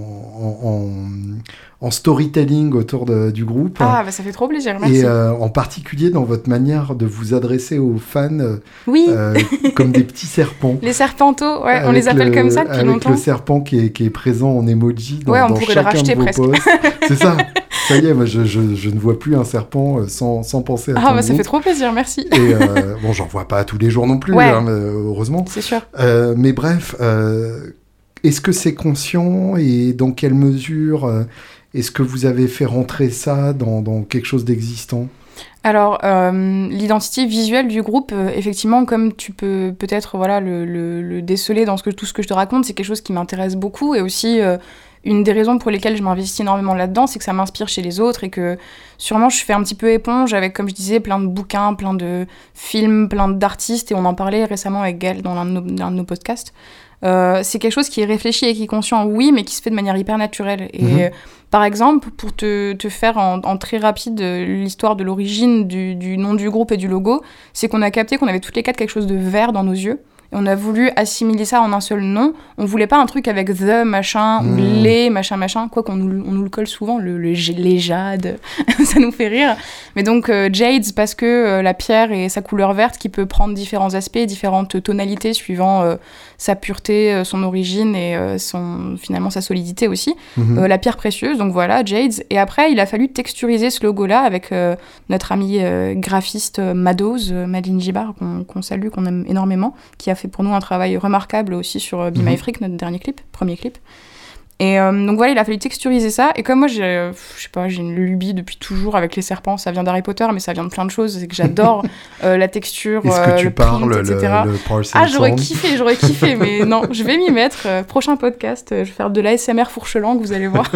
en, en, en storytelling autour de, du groupe. Ah, bah ça fait trop plaisir, merci. Et euh, en particulier dans votre manière de vous adresser aux fans oui. euh, comme des petits serpents. Les serpentos, ouais, on les appelle le, comme ça depuis avec longtemps. Avec le serpent qui est, qui est présent en emoji dans, ouais, on dans pourrait chacun le racheter de vos presque. posts. C'est ça. Ça y est, moi, je, je, je ne vois plus un serpent sans, sans penser à Ah, ton bah ça groupe. fait trop plaisir, merci. Et euh, bon, j'en vois pas tous les jours non plus, ouais. hein, heureusement. C'est sûr. Euh, mais bref, euh, est-ce que c'est conscient et dans quelle mesure euh, est-ce que vous avez fait rentrer ça dans, dans quelque chose d'existant ? Alors, euh, l'identité visuelle du groupe, euh, effectivement, comme tu peux peut-être voilà, le, le, le déceler dans ce que, tout ce que je te raconte, c'est quelque chose qui m'intéresse beaucoup. Et aussi, euh, une des raisons pour lesquelles je m'investis énormément là-dedans, c'est que ça m'inspire chez les autres et que sûrement je fais un petit peu éponge avec, comme je disais, plein de bouquins, plein de films, plein d'artistes. Et on en parlait récemment avec Gaël dans l'un de nos, l'un de nos podcasts. Euh, c'est quelque chose qui est réfléchi et qui est conscient, oui, mais qui se fait de manière hyper naturelle. Et mmh. euh, par exemple, pour te, te faire en, en très rapide l'histoire de l'origine du, du nom du groupe et du logo, c'est qu'on a capté qu'on avait toutes les quatre quelque chose de vert dans nos yeux. Et on a voulu assimiler ça en un seul nom. On voulait pas un truc avec the machin mmh. ou les machin machin, quoi qu'on nous, on nous le colle souvent, le, le, les jades, ça nous fait rire. Mais donc euh, Jades parce que euh, la pierre et sa couleur verte qui peut prendre différents aspects, différentes tonalités suivant euh, sa pureté, euh, son origine et euh, son, finalement sa solidité aussi. Mmh. Euh, la pierre précieuse, donc voilà, Jades. Et après, il a fallu texturiser ce logo-là avec euh, notre ami euh, graphiste euh, Madoz, euh, Madeleine Gibard, qu'on, qu'on salue, qu'on aime énormément, qui a fait pour nous un travail remarquable aussi sur euh, Be My Freak, notre dernier clip, premier clip. Et euh, donc voilà, il a fallu texturiser ça. Et comme moi, j'ai, euh, je sais pas, j'ai une lubie depuis toujours avec les serpents. Ça vient d'Harry Potter, mais ça vient de plein de choses. C'est que j'adore euh, la texture, Est-ce que euh, tu le parles print, et cetera. Le, le ah, j'aurais kiffé, j'aurais kiffé, mais non, je vais m'y mettre. Euh, prochain podcast, euh, je vais faire de l'A S M R fourche-langue, vous allez voir.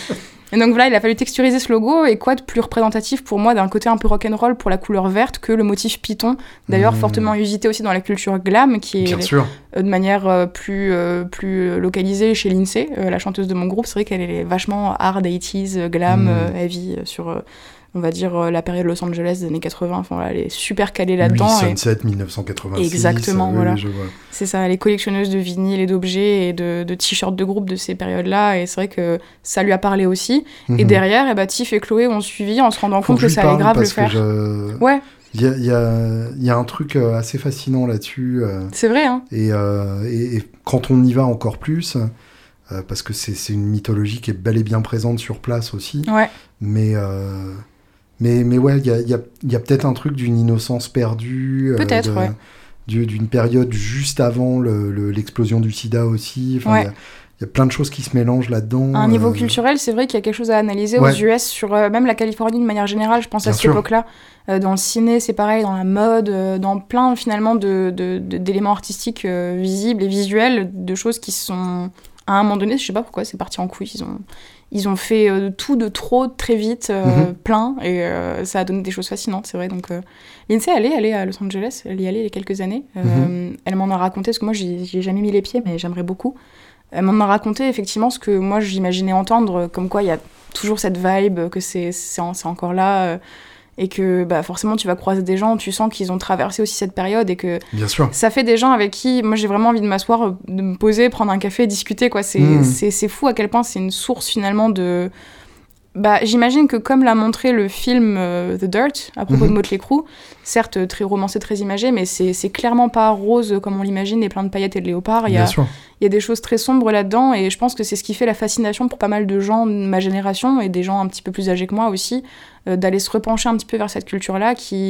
Et donc voilà, il a fallu texturiser ce logo. Et quoi de plus représentatif pour moi d'un côté un peu rock'n'roll pour la couleur verte que le motif python, d'ailleurs mmh. fortement usité aussi dans la culture glam, qui est Bien sûr. Euh, de manière euh, plus, euh, plus localisée chez Lindsay, euh, la chanteuse de mon groupe. C'est vrai qu'elle est vachement hard eighties, glam, mmh. euh, heavy, euh, sur, euh, on va dire, euh, la période Los Angeles des années quatre-vingts. Enfin, voilà, elle est super calée là-dedans. Oui, Sunset, et... dix-neuf cent quatre-vingt-six. Exactement, euh, voilà. Oui, je vois. C'est ça, elle est collectionneuse de vinyles et d'objets et de, de t-shirts de groupe de ces périodes-là. Et c'est vrai que ça lui a parlé aussi. Mmh. Et derrière, eh ben, Tiff et Chloé ont suivi en se rendant Faut compte que, que ça allait grave le faire. Je... Ouais. Il y a, y, a, y a un truc assez fascinant là-dessus. Euh, c'est vrai, hein. Et, euh, et, et quand on y va encore plus, euh, parce que c'est, c'est une mythologie qui est bel et bien présente sur place aussi. Ouais. Mais, euh, mais, mais ouais, il y a, y, a, y a peut-être un truc d'une innocence perdue. Peut-être, euh, de, ouais. Du, d'une période juste avant le, le, l'explosion du sida aussi. Enfin, ouais. y a, Il y a plein de choses qui se mélangent là-dedans. À un niveau euh... culturel, c'est vrai qu'il y a quelque chose à analyser ouais. aux U S, sur euh, même la Californie de manière générale, je pense Bien à cette sûr. époque-là. Euh, dans le ciné, c'est pareil, dans la mode, euh, dans plein finalement de, de, de, d'éléments artistiques euh, visibles et visuels, de choses qui sont, à un moment donné, je sais pas pourquoi, c'est parti en couille. Ils ont, ils ont fait euh, tout de trop, très vite, euh, mm-hmm. plein, et euh, ça a donné des choses fascinantes, c'est vrai. Donc, euh, Lindsay, elle est allée à Los Angeles, elle y allait il y a quelques années. Euh, mm-hmm. Elle m'en a raconté, parce que moi, j'y, j'y ai jamais mis les pieds, mais j'aimerais beaucoup. Elle m'en a raconté effectivement ce que moi j'imaginais entendre, comme quoi il y a toujours cette vibe, que c'est, c'est, c'est encore là, euh, et que bah, forcément tu vas croiser des gens, tu sens qu'ils ont traversé aussi cette période, et que Bien sûr. ça fait des gens avec qui moi j'ai vraiment envie de m'asseoir, de me poser, prendre un café, discuter, quoi. C'est, mmh. c'est, c'est fou à quel point c'est une source finalement de... Bah, j'imagine que comme l'a montré le film euh, The Dirt, à propos mm-hmm. de Motley Crue, certes très romancé, très imagé, mais c'est, c'est clairement pas rose comme on l'imagine, et plein de paillettes et de léopards. Il y a, il y a des choses très sombres là-dedans, et je pense que c'est ce qui fait la fascination pour pas mal de gens de ma génération, et des gens un petit peu plus âgés que moi aussi, euh, d'aller se repencher un petit peu vers cette culture-là, qui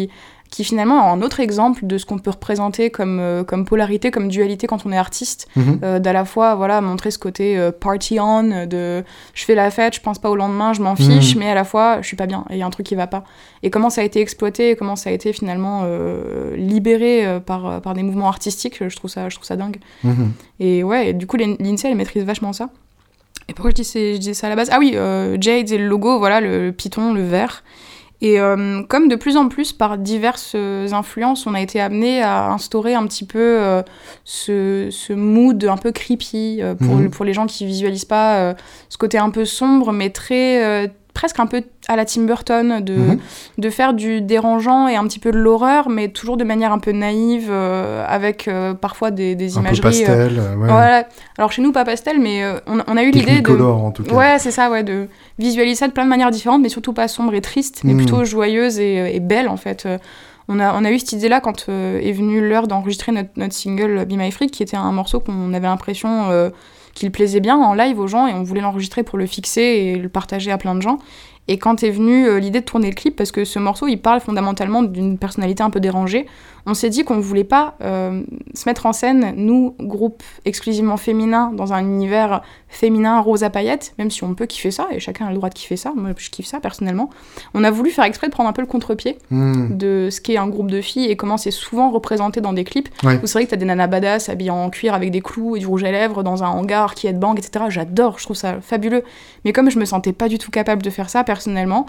qui finalement est un autre exemple de ce qu'on peut représenter comme, euh, comme polarité, comme dualité quand on est artiste, mmh. euh, d'à la fois voilà, montrer ce côté euh, party on, de je fais la fête, je pense pas au lendemain, je m'en fiche, mmh. mais à la fois je suis pas bien, et il y a un truc qui va pas. Et comment ça a été exploité, et comment ça a été finalement euh, libéré euh, par, par des mouvements artistiques, je trouve ça, je trouve ça dingue. Mmh. Et ouais, et du coup l'INSEE, elle maîtrise vachement ça. Et pourquoi je disais, je disais ça à la base ? Ah oui, euh, Jade et le logo, voilà, le, le python, le vert. Et euh, comme de plus en plus, par diverses influences, on a été amené à instaurer un petit peu euh, ce, ce mood un peu creepy euh, pour, mmh. pour les gens qui visualisent pas euh, ce côté un peu sombre, mais très... Euh, presque un peu à la Tim Burton, de, mmh. de faire du dérangeant et un petit peu de l'horreur, mais toujours de manière un peu naïve, euh, avec euh, parfois des, des un imageries... Un peu pastel, euh, ouais. Voilà. Alors chez nous, pas pastel, mais euh, on, on a eu l'idée de... Technicolor, en tout cas. Ouais, c'est ça, ouais, de visualiser ça de plein de manières différentes, mais surtout pas sombre et triste, mais mmh. plutôt joyeuse et, et belle, en fait. On a, on a eu cette idée-là quand euh, est venue l'heure d'enregistrer notre, notre single Be My Freak, qui était un morceau qu'on avait l'impression... Euh, qu'il plaisait bien en live aux gens, et on voulait l'enregistrer pour le fixer et le partager à plein de gens. Et quand est venue euh, l'idée de tourner le clip, parce que ce morceau, il parle fondamentalement d'une personnalité un peu dérangée, on s'est dit qu'on voulait pas euh, se mettre en scène, nous, groupe exclusivement féminin, dans un univers féminin rose à paillettes, même si on peut kiffer ça, et chacun a le droit de kiffer ça, moi je kiffe ça personnellement. On a voulu faire exprès de prendre un peu le contre-pied mmh. de ce qu'est un groupe de filles, et comment c'est souvent représenté dans des clips, ouais. où c'est vrai que t'as des nanas badass habillées en cuir avec des clous et du rouge à lèvres dans un hangar qui headbang, et cetera. J'adore, je trouve ça fabuleux. Mais comme je me sentais pas du tout capable de faire ça, personnellement,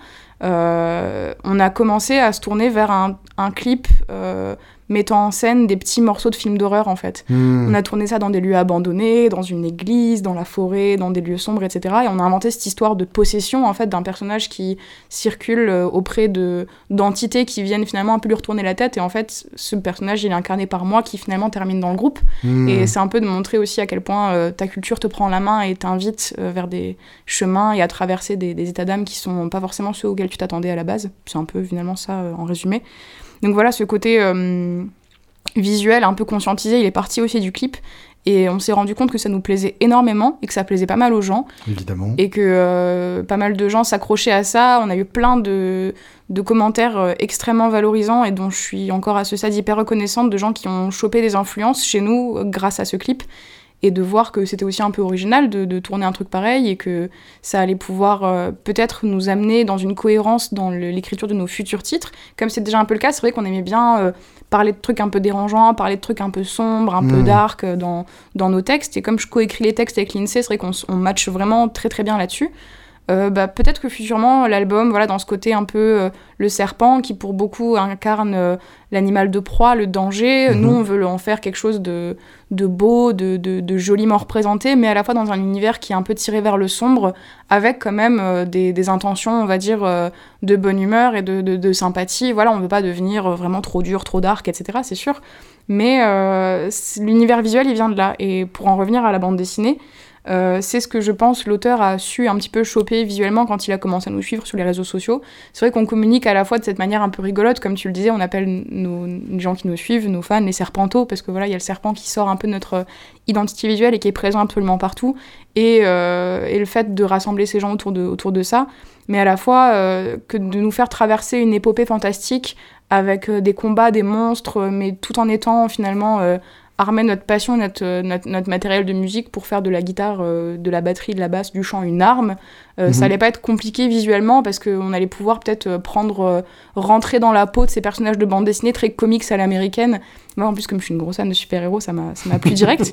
euh, on a commencé à se tourner vers un, un clip euh, mettant en scène des petits morceaux de films d'horreur, en fait. Mmh. On a tourné ça dans des lieux abandonnés, dans une église, dans la forêt, dans des lieux sombres, et cetera. Et on a inventé cette histoire de possession, en fait, d'un personnage qui circule euh, auprès de, d'entités qui viennent finalement un peu lui retourner la tête. Et en fait, ce personnage, il est incarné par moi, qui finalement termine dans le groupe. Mmh. Et c'est un peu de montrer aussi à quel point euh, ta culture te prend la main et t'invite euh, vers des chemins et à traverser des, des états d'âme qui sont pas forcément ceux auxquels tu t'attendais à la base. C'est un peu finalement ça, euh, en résumé. Donc voilà, ce côté euh, visuel un peu conscientisé, il est parti aussi du clip. Et on s'est rendu compte que ça nous plaisait énormément et que ça plaisait pas mal aux gens. Évidemment. Et que euh, pas mal de gens s'accrochaient à ça. On a eu plein de, de commentaires euh, extrêmement valorisants et dont je suis encore à ce stade hyper reconnaissante, de gens qui ont chopé des influences chez nous euh, grâce à ce clip. Et de voir que c'était aussi un peu original de, de tourner un truc pareil et que ça allait pouvoir euh, peut-être nous amener dans une cohérence dans le, l'écriture de nos futurs titres. Comme c'est déjà un peu le cas, c'est vrai qu'on aimait bien euh, parler de trucs un peu dérangeants, parler de trucs un peu sombres, un mmh. peu dark euh, dans, dans nos textes. Et comme je coécris les textes avec l'INSEE, c'est vrai qu'on on matche vraiment très très bien là-dessus. Euh, bah, peut-être que futurement l'album, voilà, dans ce côté un peu euh, le serpent qui pour beaucoup incarne euh, l'animal de proie, le danger, mmh. nous on veut en faire quelque chose de, de beau, de, de, de joliment représenté, mais à la fois dans un univers qui est un peu tiré vers le sombre, avec quand même euh, des, des intentions, on va dire, euh, de bonne humeur et de, de, de sympathie. Voilà, on veut pas devenir vraiment trop dur, trop dark, et cetera, c'est sûr, mais euh, l'univers visuel il vient de là. Et pour en revenir à la bande dessinée, Euh, c'est ce que je pense l'auteur a su un petit peu choper visuellement quand il a commencé à nous suivre sur les réseaux sociaux. C'est vrai qu'on communique à la fois de cette manière un peu rigolote, comme tu le disais, on appelle nos, les gens qui nous suivent, nos fans, les serpentos, parce que voilà, il y a le serpent qui sort un peu de notre identité visuelle et qui est présent absolument partout, et, euh, et le fait de rassembler ces gens autour de, autour de ça, mais à la fois euh, que de nous faire traverser une épopée fantastique avec euh, des combats, des monstres, mais tout en étant finalement... Euh, armer notre passion, notre, notre, notre matériel de musique pour faire de la guitare, euh, de la batterie, de la basse, du chant une arme. Euh, mmh. Ça allait pas être compliqué visuellement parce qu'on allait pouvoir peut-être prendre, euh, rentrer dans la peau de ces personnages de bande dessinée très comics à l'américaine. Moi, en plus, comme je suis une grosse fan de super-héros, ça m'a, ça m'a plu direct.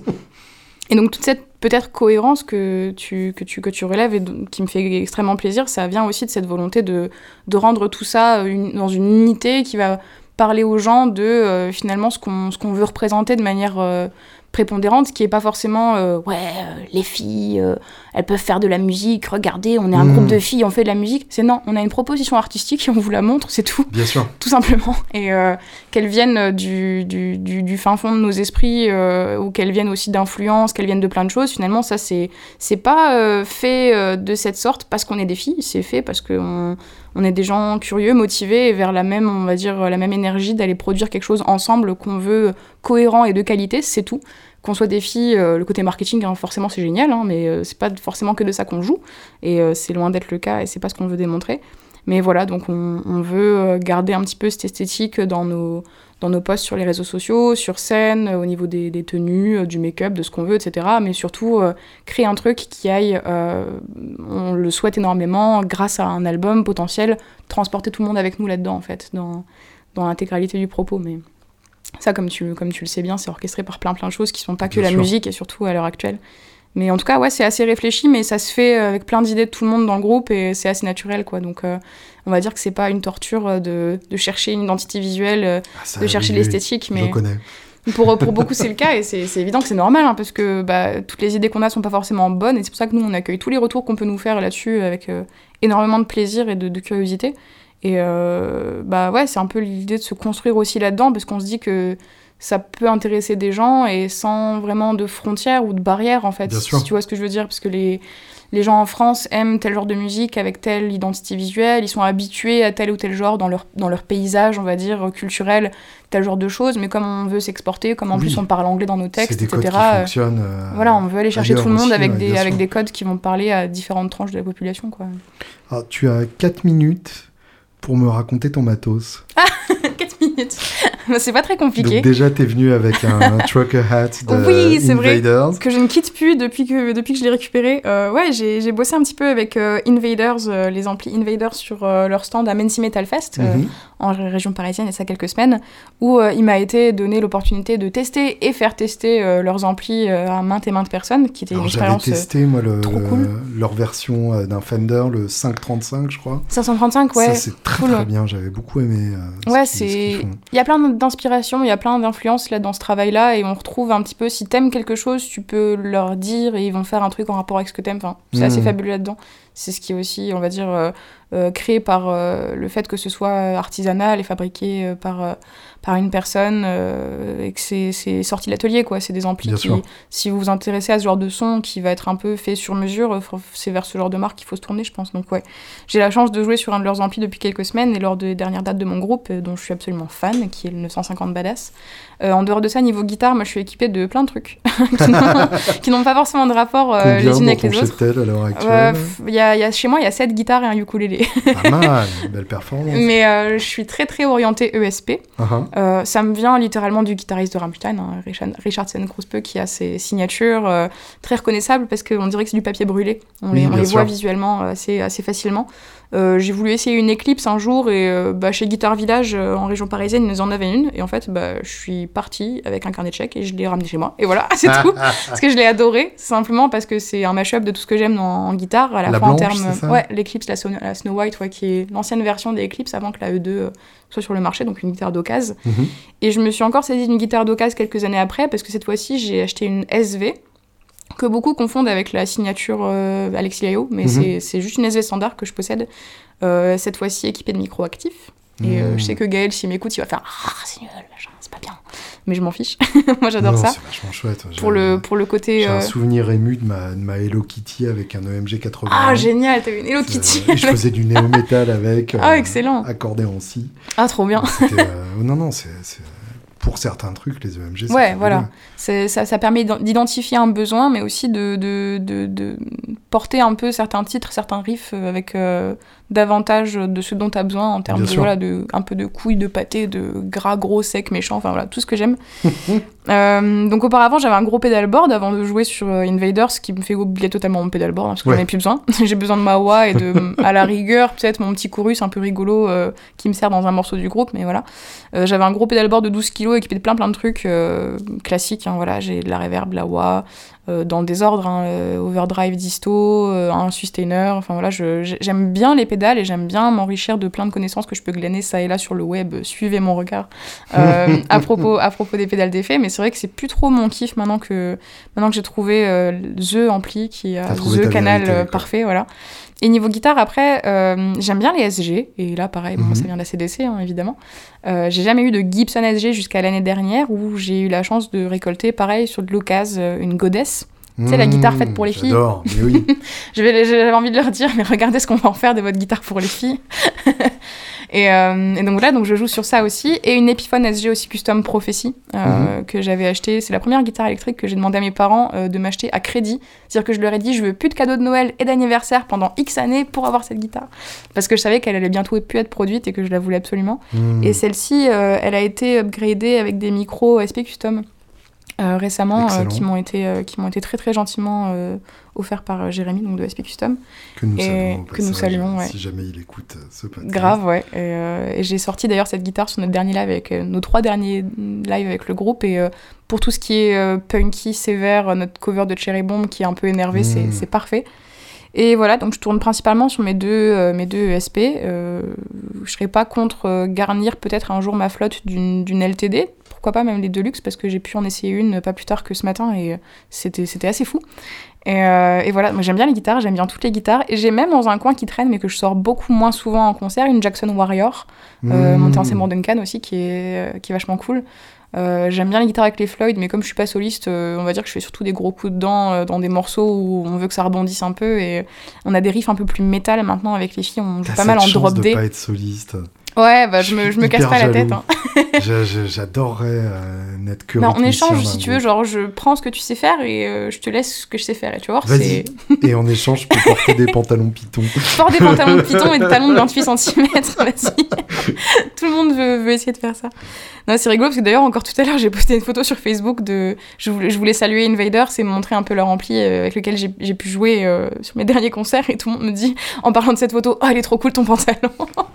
Et donc, toute cette peut-être cohérence que tu, que tu, que tu relèves et de, qui me fait extrêmement plaisir, ça vient aussi de cette volonté de, de rendre tout ça une, dans une unité qui va parler aux gens de euh, finalement ce qu'on, ce qu'on veut représenter de manière euh, prépondérante, qui est pas forcément euh, ouais euh, les filles euh, elles peuvent faire de la musique, regardez on est un mmh. groupe de filles, on fait de la musique. C'est non, on a une proposition artistique et on vous la montre, c'est tout. Bien sûr. Tout simplement. Et euh, qu'elles viennent du, du, du, du fin fond de nos esprits euh, ou qu'elles viennent aussi d'influence, qu'elles viennent de plein de choses, finalement ça c'est, c'est pas euh, fait euh, de cette sorte parce qu'on est des filles, c'est fait parce qu'on on est des gens curieux, motivés et vers la même, on va dire, la même énergie d'aller produire quelque chose ensemble qu'on veut cohérent et de qualité, c'est tout. Qu'on soit des filles, euh, le côté marketing, hein, forcément c'est génial, hein, mais euh, c'est pas forcément que de ça qu'on joue, et euh, c'est loin d'être le cas et c'est pas ce qu'on veut démontrer. Mais voilà, donc on, on veut garder un petit peu cette esthétique dans nos, dans nos posts sur les réseaux sociaux, sur scène, au niveau des, des tenues, du make-up, de ce qu'on veut, et cetera. Mais surtout, euh, créer un truc qui aille, euh, on le souhaite énormément, grâce à un album potentiel, transporter tout le monde avec nous là-dedans, en fait, dans, dans l'intégralité du propos. Mais ça, comme tu, comme tu le sais bien, c'est orchestré par plein plein de choses qui sont pas que bien la sûr. Musique, et surtout à l'heure actuelle. Mais en tout cas, ouais, c'est assez réfléchi, mais ça se fait avec plein d'idées de tout le monde dans le groupe, et c'est assez naturel, quoi. Donc, euh, on va dire que c'est pas une torture de, de chercher une identité visuelle, ah, ça, de chercher oui, l'esthétique, mais... Je connais. Pour, pour beaucoup, c'est le cas, et c'est, c'est évident que c'est normal, hein, parce que bah, toutes les idées qu'on a sont pas forcément bonnes, et c'est pour ça que nous, on accueille tous les retours qu'on peut nous faire là-dessus avec euh, énormément de plaisir et de, de curiosité. Et euh, bah ouais, c'est un peu l'idée de se construire aussi là-dedans, parce qu'on se dit que ça peut intéresser des gens et sans vraiment de frontières ou de barrières, en fait, Bien si sûr. tu vois ce que je veux dire, parce que les, les gens en France aiment tel genre de musique avec telle identité visuelle, ils sont habitués à tel ou tel genre dans leur, dans leur paysage, on va dire, culturel, tel genre de choses, mais comme on veut s'exporter, comme en oui. plus on parle anglais dans nos textes, c'est des et cetera. Codes qui fonctionnent, euh, voilà, on veut aller chercher tout le monde aussi, avec, ouais, des, avec sûr. des codes qui vont parler à différentes tranches de la population, quoi. Alors, tu as quatre minutes pour me raconter ton matos. Ah, quatre minutes. C'est pas très compliqué. Donc déjà, t'es venu avec un trucker hat de oui, c'est Invaders. Vrai, que je ne quitte plus depuis que, depuis que je l'ai récupéré. Euh, ouais, j'ai, j'ai bossé un petit peu avec euh, Invaders, euh, les amplis Invaders sur euh, leur stand à Mency Metal Fest, euh, mm-hmm. en région parisienne, il y a ça quelques semaines, où euh, il m'a été donné l'opportunité de tester et faire tester euh, leurs amplis euh, à maintes et maintes personnes, qui était Alors, une expérience j'avais testé, moi, le, trop le, cool. leur version euh, d'un Fender, le cinq cent trente-cinq, je crois. cinq cent trente-cinq, ouais. Ça, c'est très cool. très bien, j'avais beaucoup aimé euh, ouais, ce, qu'ils, c'est... ce qu'ils font. Il y a plein d'inspirations, il y a plein d'influences là, dans ce travail-là, et on retrouve un petit peu, si t'aimes quelque chose, tu peux leur dire, et ils vont faire un truc en rapport avec ce que t'aimes. Enfin, c'est mmh. assez fabuleux là-dedans. C'est ce qui est aussi, on va dire, euh, euh, créé par euh, le fait que ce soit artisanal et fabriqué euh, par, euh, par une personne, euh, et que c'est, c'est sorti de l'atelier, quoi. C'est des amplis Bien qui, sûr. si vous vous intéressez à ce genre de son qui va être un peu fait sur mesure, c'est vers ce genre de marque qu'il faut se tourner, je pense. Donc ouais, j'ai la chance de jouer sur un de leurs amplis depuis quelques semaines, et lors des dernières dates de mon groupe, dont je suis absolument fan, qui est le neuf cent cinquante Badass. Euh, en dehors de ça, niveau guitare, moi je suis équipée de plein de trucs qui, n'ont, qui n'ont pas forcément de rapport euh, les unes avec les autres. Combien à l'heure actuelle euh, y a, y a, Chez moi, il y a sept guitares et un ukulélé. Pas mal, belle performance. Mais euh, je suis très très orientée E S P. Uh-huh. Euh, ça me vient littéralement du guitariste de Rammstein, hein, Richard, Richard Sennkruspe, qui a ses signatures euh, très reconnaissables parce qu'on dirait que c'est du papier brûlé. On oui, les, on les voit visuellement assez, assez facilement. Euh, j'ai voulu essayer une Eclipse un jour et euh, bah, chez Guitar Village euh, en région parisienne ils nous en avaient une et en fait bah, je suis partie avec un carnet de chèques et je l'ai ramené chez moi et voilà c'est tout parce que je l'ai adoré simplement parce que c'est un mash-up de tout ce que j'aime en, en guitare à la, la fois blanche, en termes c'est ça ouais l'Eclipse la, so- la Snow White ouais, qui est l'ancienne version des Eclipse avant que la E deux euh, soit sur le marché donc une guitare d'occasion mm-hmm. et je me suis encore saisie d'une guitare d'occasion quelques années après parce que cette fois-ci j'ai acheté une S V que beaucoup confondent avec la signature euh, Alexis Layo, mais mm-hmm. c'est, c'est juste une S V standard que je possède, euh, cette fois-ci équipée de micro actifs. Et mmh. euh, je sais que Gaël, s'il m'écoute, il va faire « Ah, c'est nul, machin, c'est pas bien ». Mais je m'en fiche. Moi, j'adore non, ça. C'est vachement chouette. Pour le, pour le côté... J'ai euh... un souvenir ému de ma, de ma Hello Kitty avec un E M G quatre-vingts. Ah, génial, t'as eu une Hello Kitty. Euh, et je faisais du néo-métal avec. Ah, euh, excellent. Accordé en si. Ah, trop bien. C'était, euh, non, non, c'est... c'est... Pour certains trucs, les E M G, c'est ouais, voilà. C'est, ça, ça permet d'identifier un besoin, mais aussi de, de, de, de porter un peu certains titres, certains riffs avec euh, davantage de ce dont tu as besoin en termes de, voilà, de un peu de couilles, de pâté, de gras, gros, sec, méchant, enfin voilà, tout ce que j'aime. euh, donc auparavant, j'avais un gros pedalboard avant de jouer sur euh, Invaders, ce qui me fait oublier totalement mon pedalboard, hein, parce que ouais. j'en ai plus besoin. J'ai besoin de ma wah et de, à la rigueur, peut-être mon petit chorus un peu rigolo euh, qui me sert dans un morceau du groupe, mais voilà. Euh, j'avais un gros pedalboard de douze kilos équipé de plein plein de trucs euh, classiques, hein, voilà, j'ai de la reverb, de la wah, euh, dans le désordre, hein, euh, overdrive disto, euh, un sustainer, enfin voilà, je, j'aime bien les pédales et j'aime bien m'enrichir de plein de connaissances que je peux glaner ça et là sur le web, suivez mon regard euh, à, propos, à propos des pédales d'effet, mais c'est vrai que c'est plus trop mon kiff maintenant que, maintenant que j'ai trouvé euh, The Ampli qui a The Canal vérité, euh, parfait, voilà. Et niveau guitare, après, euh, j'aime bien les S G, et là, pareil, bon, mm-hmm. ça vient de la C D C, hein, évidemment. Euh, j'ai jamais eu de Gibson S G jusqu'à l'année dernière, où j'ai eu la chance de récolter, pareil, sur de l'occasion, une Goddess. Mmh, tu sais, la guitare faite pour les filles. J'adore, mais oui. je vais, j'avais envie de leur dire, mais regardez ce qu'on va en faire de votre guitare pour les filles. Et, euh, et donc voilà, donc je joue sur ça aussi. Et une Epiphone S G aussi Custom Prophecy euh, mm-hmm. que j'avais acheté. C'est la première guitare électrique que j'ai demandé à mes parents euh, de m'acheter à crédit. C'est-à-dire que je leur ai dit, je veux plus de cadeaux de Noël et d'anniversaire pendant X années pour avoir cette guitare. Parce que je savais qu'elle allait bientôt plus être produite et que je la voulais absolument. Mm. Et celle-ci, euh, elle a été upgradée avec des micros S P Custom. Euh, récemment, euh, qui m'ont été euh, qui m'ont été très très gentiment euh, offerts par euh, Jérémy, donc de S P Custom, que nous et saluons, que nous saluons ouais. si jamais il écoute ce podcast. Grave, ouais. Et, euh, et j'ai sorti d'ailleurs cette guitare sur notre dernier live avec euh, nos trois derniers lives avec le groupe, et euh, pour tout ce qui est euh, punky sévère, notre cover de Cherry Bomb qui est un peu énervé, mmh. c'est c'est parfait. Et voilà, donc je tourne principalement sur mes deux, euh, mes deux E S P. Euh, je serais pas contre euh, garnir peut-être un jour ma flotte d'une, d'une L T D. Pourquoi pas même les Deluxe, parce que j'ai pu en essayer une pas plus tard que ce matin et c'était, c'était assez fou. Et, euh, et voilà, moi j'aime bien les guitares, j'aime bien toutes les guitares. Et j'ai même dans un coin qui traîne, mais que je sors beaucoup moins souvent en concert, une Jackson Warrior, euh, mmh. montée en Seymour Duncan aussi, qui est, qui est vachement cool. Euh, j'aime bien les guitares avec les Floyd, mais comme je suis pas soliste, euh, on va dire que je fais surtout des gros coups de dents euh, dans des morceaux où on veut que ça rebondisse un peu, et on a des riffs un peu plus métal maintenant avec les filles, on joue T'as pas mal en drop D. T'as cette chance de pas être soliste. Ouais, bah je me, je me casse pas jaloux. La tête. Hein. je, je, j'adorerais euh, n'être que bah, on échange si groupe. Tu veux, genre je prends ce que tu sais faire et euh, je te laisse ce que je sais faire, et tu vois. Vas-y. C'est... Et en échange, je peux porter des pantalons Python. Je porte des pantalons de Python et des talons de vingt-huit centimètres, vas-y. Tout le monde veut, veut essayer de faire ça. Non, c'est rigolo parce que d'ailleurs, encore tout à l'heure, j'ai posté une photo sur Facebook de. Je voulais, je voulais saluer Invader, c'est montrer un peu leur ampli euh, avec lequel j'ai, j'ai pu jouer euh, sur mes derniers concerts, et tout le monde me dit, en parlant de cette photo, oh, elle est trop cool ton pantalon.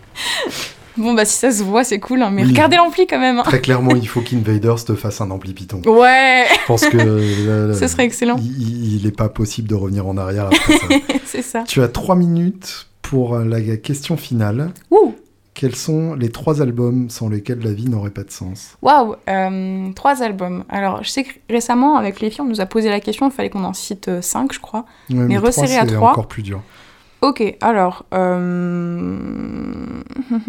Bon, bah si ça se voit, c'est cool, hein, mais oui. Regardez l'ampli quand même. Hein. Très clairement, il faut qu'Invaders te fasse un ampli Python. Ouais. Je pense que euh, ce serait excellent. Il n'est pas possible de revenir en arrière après ça. C'est ça. Tu as trois minutes pour la question finale. Ouh. Quels sont les trois albums sans lesquels la vie n'aurait pas de sens ? Waouh, euh, trois albums. Alors, je sais que récemment, avec les filles, on nous a posé la question, il fallait qu'on en cite euh, cinq, je crois. Ouais, mais, mais resserrer à trois. C'est encore plus dur. Ok, alors... Euh...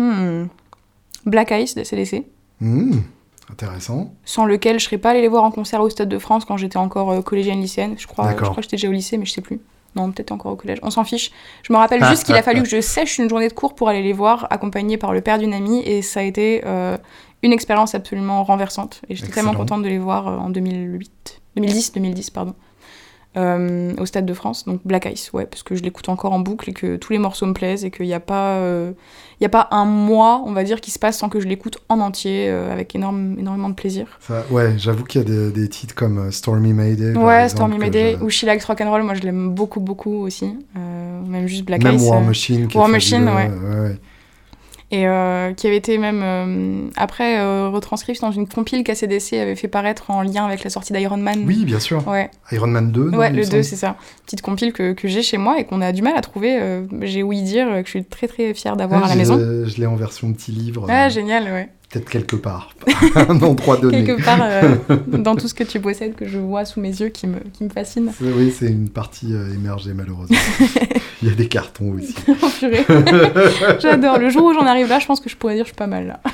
Black Ice d'A C D C. Mmh, intéressant. Sans lequel je serais pas allée les voir en concert au Stade de France quand j'étais encore euh, collégienne lycéenne. Je crois, je crois que j'étais déjà au lycée, mais je sais plus. Non, peut-être encore au collège. On s'en fiche. Je me rappelle juste qu'il a fallu que je sèche une journée de cours pour aller les voir, accompagnée par le père d'une amie, et ça a été euh, une expérience absolument renversante. Et j'étais Excellent. Tellement contente de les voir euh, en deux mille huit, deux mille dix, deux mille dix, pardon. Euh, au Stade de France, donc Black Ice, ouais, parce que je l'écoute encore en boucle et que tous les morceaux me plaisent et qu'il n'y a pas, euh, il y a pas un mois, on va dire, qui se passe sans que je l'écoute en entier euh, avec énorme, énormément de plaisir. Ça, ouais, j'avoue qu'il y a des, des titres comme Stormy Mayday. Ouais, Stormy Mayday je... ou She Likes Rock'n'Roll, moi je l'aime beaucoup, beaucoup aussi. Euh, même juste Black même Ice. War Machine. Euh... War Machine, ouais. ouais, ouais. Et euh, qui avait été même euh, après euh, retranscrit dans une compile qu'A C D C avait fait paraître en lien avec la sortie d'Iron Man. Oui, bien sûr. Ouais. Iron Man deux, non, ouais, le deux, c'est ça. Petite compile que, que j'ai chez moi et qu'on a du mal à trouver. Euh, j'ai ouï dire que je suis très très fière d'avoir ouais, à la maison. Je l'ai en version petit livre. Ah, euh, génial, ouais. Peut-être quelque part, un endroit donné. Quelque part euh, dans tout ce que tu possèdes, que je vois sous mes yeux, qui me, qui me fascine. C'est, oui, c'est une partie euh, émergée, malheureusement. Il y a des cartons aussi. Oh, purée. J'adore. Le jour où j'en arrive là, je pense que je pourrais dire que je suis pas mal, là.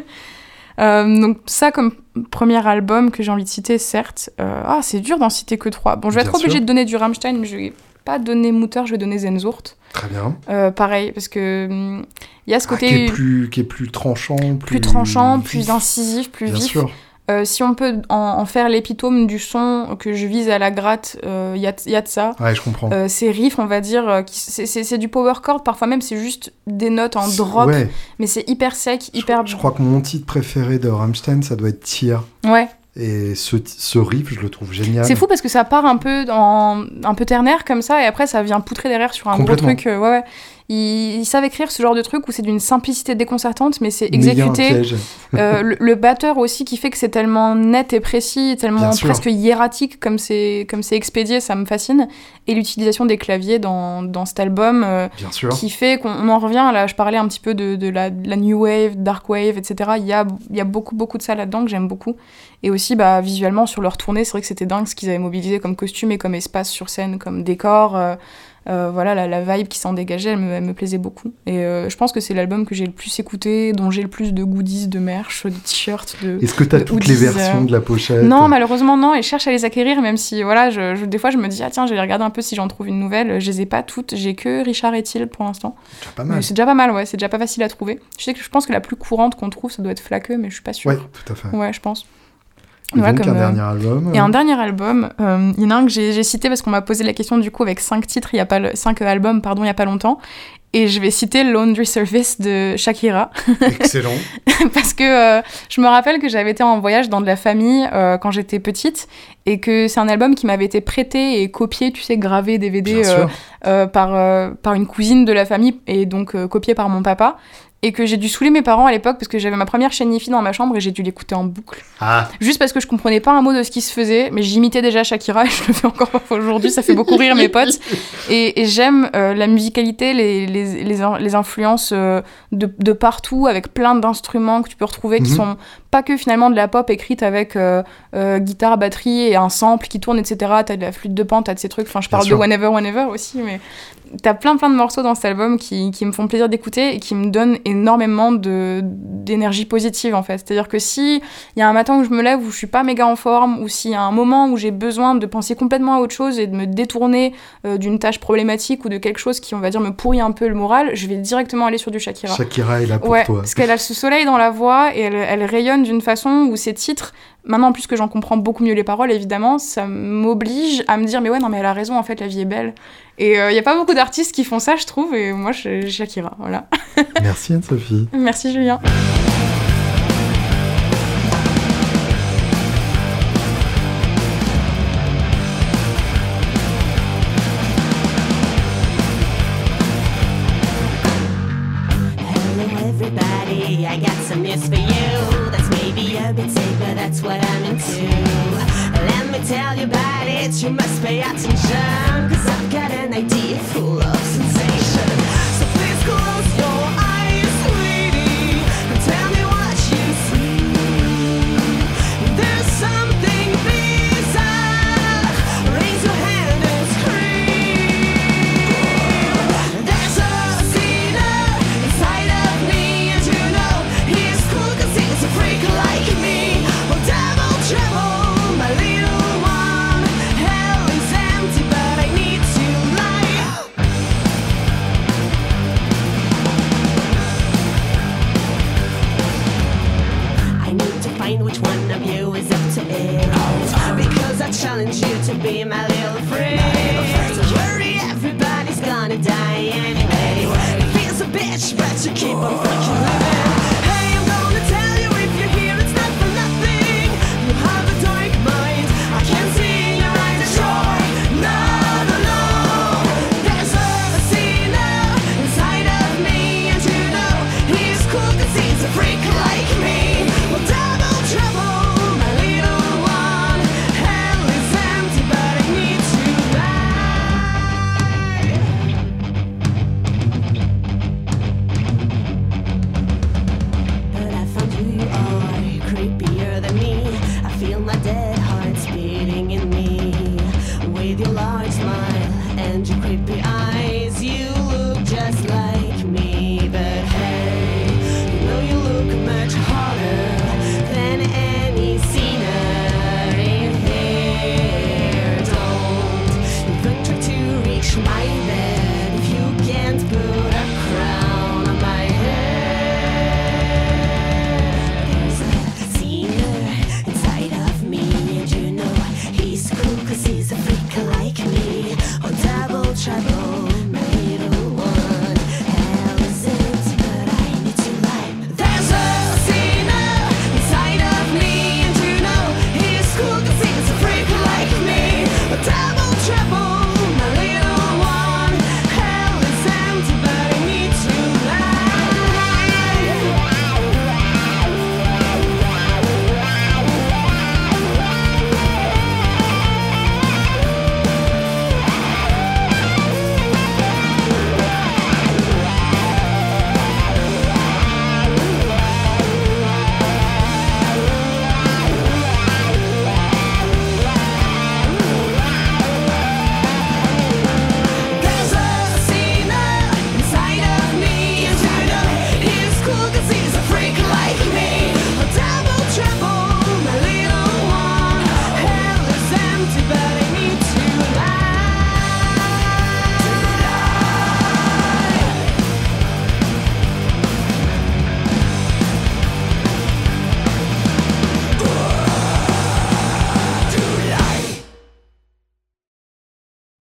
euh, donc ça, comme premier album que j'ai envie de citer, certes. Euh, ah, c'est dur d'en citer que trois. Bon, je vais Bien être sûr. obligée de donner du Rammstein, mais je vais pas donner Mutter, je vais donner Zenzurt. Très bien. Euh, pareil, parce que il hum, y a ce côté... Ah, qui, est plus, qui est plus tranchant, plus... Plus tranchant, vif. Plus incisif, plus Bien vif. Sûr. Euh, si on peut en, en faire l'épitome du son que je vise à la gratte, il euh, y, y a de ça. Ouais, je comprends. Euh, ces riffs, on va dire, euh, qui, c'est, c'est, c'est du power chord, parfois même c'est juste des notes en drop, ouais. mais c'est hyper sec, hyper... Je, je crois que mon titre préféré de Rammstein, ça doit être Tear. Ouais. Et ce, ce riff, je le trouve génial. C'est fou parce que ça part un peu, en, un peu ternaire comme ça, et après ça vient poutrer derrière sur un gros truc. Euh, ouais, ouais. Ils, ils savent écrire ce genre de truc où c'est d'une simplicité déconcertante, mais c'est exécuté. Mais euh, le, le batteur aussi qui fait que c'est tellement net et précis, tellement presque hiératique comme c'est, comme c'est expédié, ça me fascine. Et l'utilisation des claviers dans, dans cet album euh, qui fait qu'on en revient, là je parlais un petit peu de, de, la, de la New Wave, Dark Wave, et cetera. Il y a, il y a beaucoup, beaucoup de ça là-dedans que j'aime beaucoup. Et aussi, bah, visuellement, sur leur tournée, c'est vrai que c'était dingue ce qu'ils avaient mobilisé comme costume et comme espace sur scène, comme décor. Euh, Euh, voilà, la, la vibe qui s'en dégageait, elle me, elle me plaisait beaucoup. Et euh, je pense que c'est l'album que j'ai le plus écouté, dont j'ai le plus de goodies, de merch, de t-shirts, de Est-ce que tu as toutes hoodies, les versions euh... de la pochette? Non, malheureusement non, et je cherche à les acquérir, même si, voilà, je, je, des fois je me dis, ah tiens, je vais regarder un peu si j'en trouve une nouvelle. Je les ai pas toutes, j'ai que Richard et Till pour l'instant. C'est déjà pas mal. Mais c'est déjà pas mal, ouais, c'est déjà pas facile à trouver. Je sais que je pense que la plus courante qu'on trouve, ça doit être Flaqueux, mais je suis pas sûre. Oui, tout à fait. Ouais, je pense. Et Ouais, donc comme, un euh, dernier album. Et un dernier album, il euh, y en a un que j'ai, j'ai cité parce qu'on m'a posé la question du coup avec cinq titres, il y a pas le, cinq albums pardon, il y a pas longtemps, et je vais citer Laundry Service de Shakira. Excellent. Parce que euh, je me rappelle que j'avais été en voyage dans de la famille euh, quand j'étais petite, et que c'est un album qui m'avait été prêté et copié, tu sais, gravé D V D euh, euh, par euh, par une cousine de la famille et donc euh, copié par mon papa. Et que j'ai dû saouler mes parents à l'époque parce que j'avais ma première chaîne Hi-Fi dans ma chambre et j'ai dû l'écouter en boucle. Ah. Juste parce que je comprenais pas un mot de ce qui se faisait, mais j'imitais déjà Shakira et je le fais encore parfois aujourd'hui, ça fait beaucoup rire mes potes. Et, et j'aime euh, la musicalité, les, les, les, les influences euh, de, de partout, avec plein d'instruments que tu peux retrouver qui mm-hmm. sont pas que finalement de la pop écrite avec euh, euh, guitare, batterie et un sample qui tourne, et cetera. T'as de la flûte de pan, t'as de ces trucs, enfin je parle de Whenever, Whenever aussi, mais... T'as plein plein de morceaux dans cet album qui, qui me font plaisir d'écouter et qui me donnent énormément de, d'énergie positive en fait. C'est-à-dire que si il y a un matin où je me lève où je suis pas méga en forme, ou s'il y a un moment où j'ai besoin de penser complètement à autre chose et de me détourner euh, d'une tâche problématique ou de quelque chose qui on va dire me pourrit un peu le moral, je vais directement aller sur du Shakira. Shakira est là pour ouais, toi. Parce qu'elle a ce soleil dans la voix et elle, elle rayonne d'une façon où ses titres, maintenant en plus que j'en comprends beaucoup mieux les paroles évidemment, ça m'oblige à me dire mais ouais non mais elle a raison en fait, la vie est belle. Et il euh, n'y a pas beaucoup d'artistes qui font ça, je trouve, et moi, j'ai Shakira, voilà. Merci Anne-Sophie. Merci Julien. Hello everybody, I got some news for you. That's maybe a bit sick, but that's what I'm into. Let me tell you about it, you must pay attention, 'cause I've got an idea full of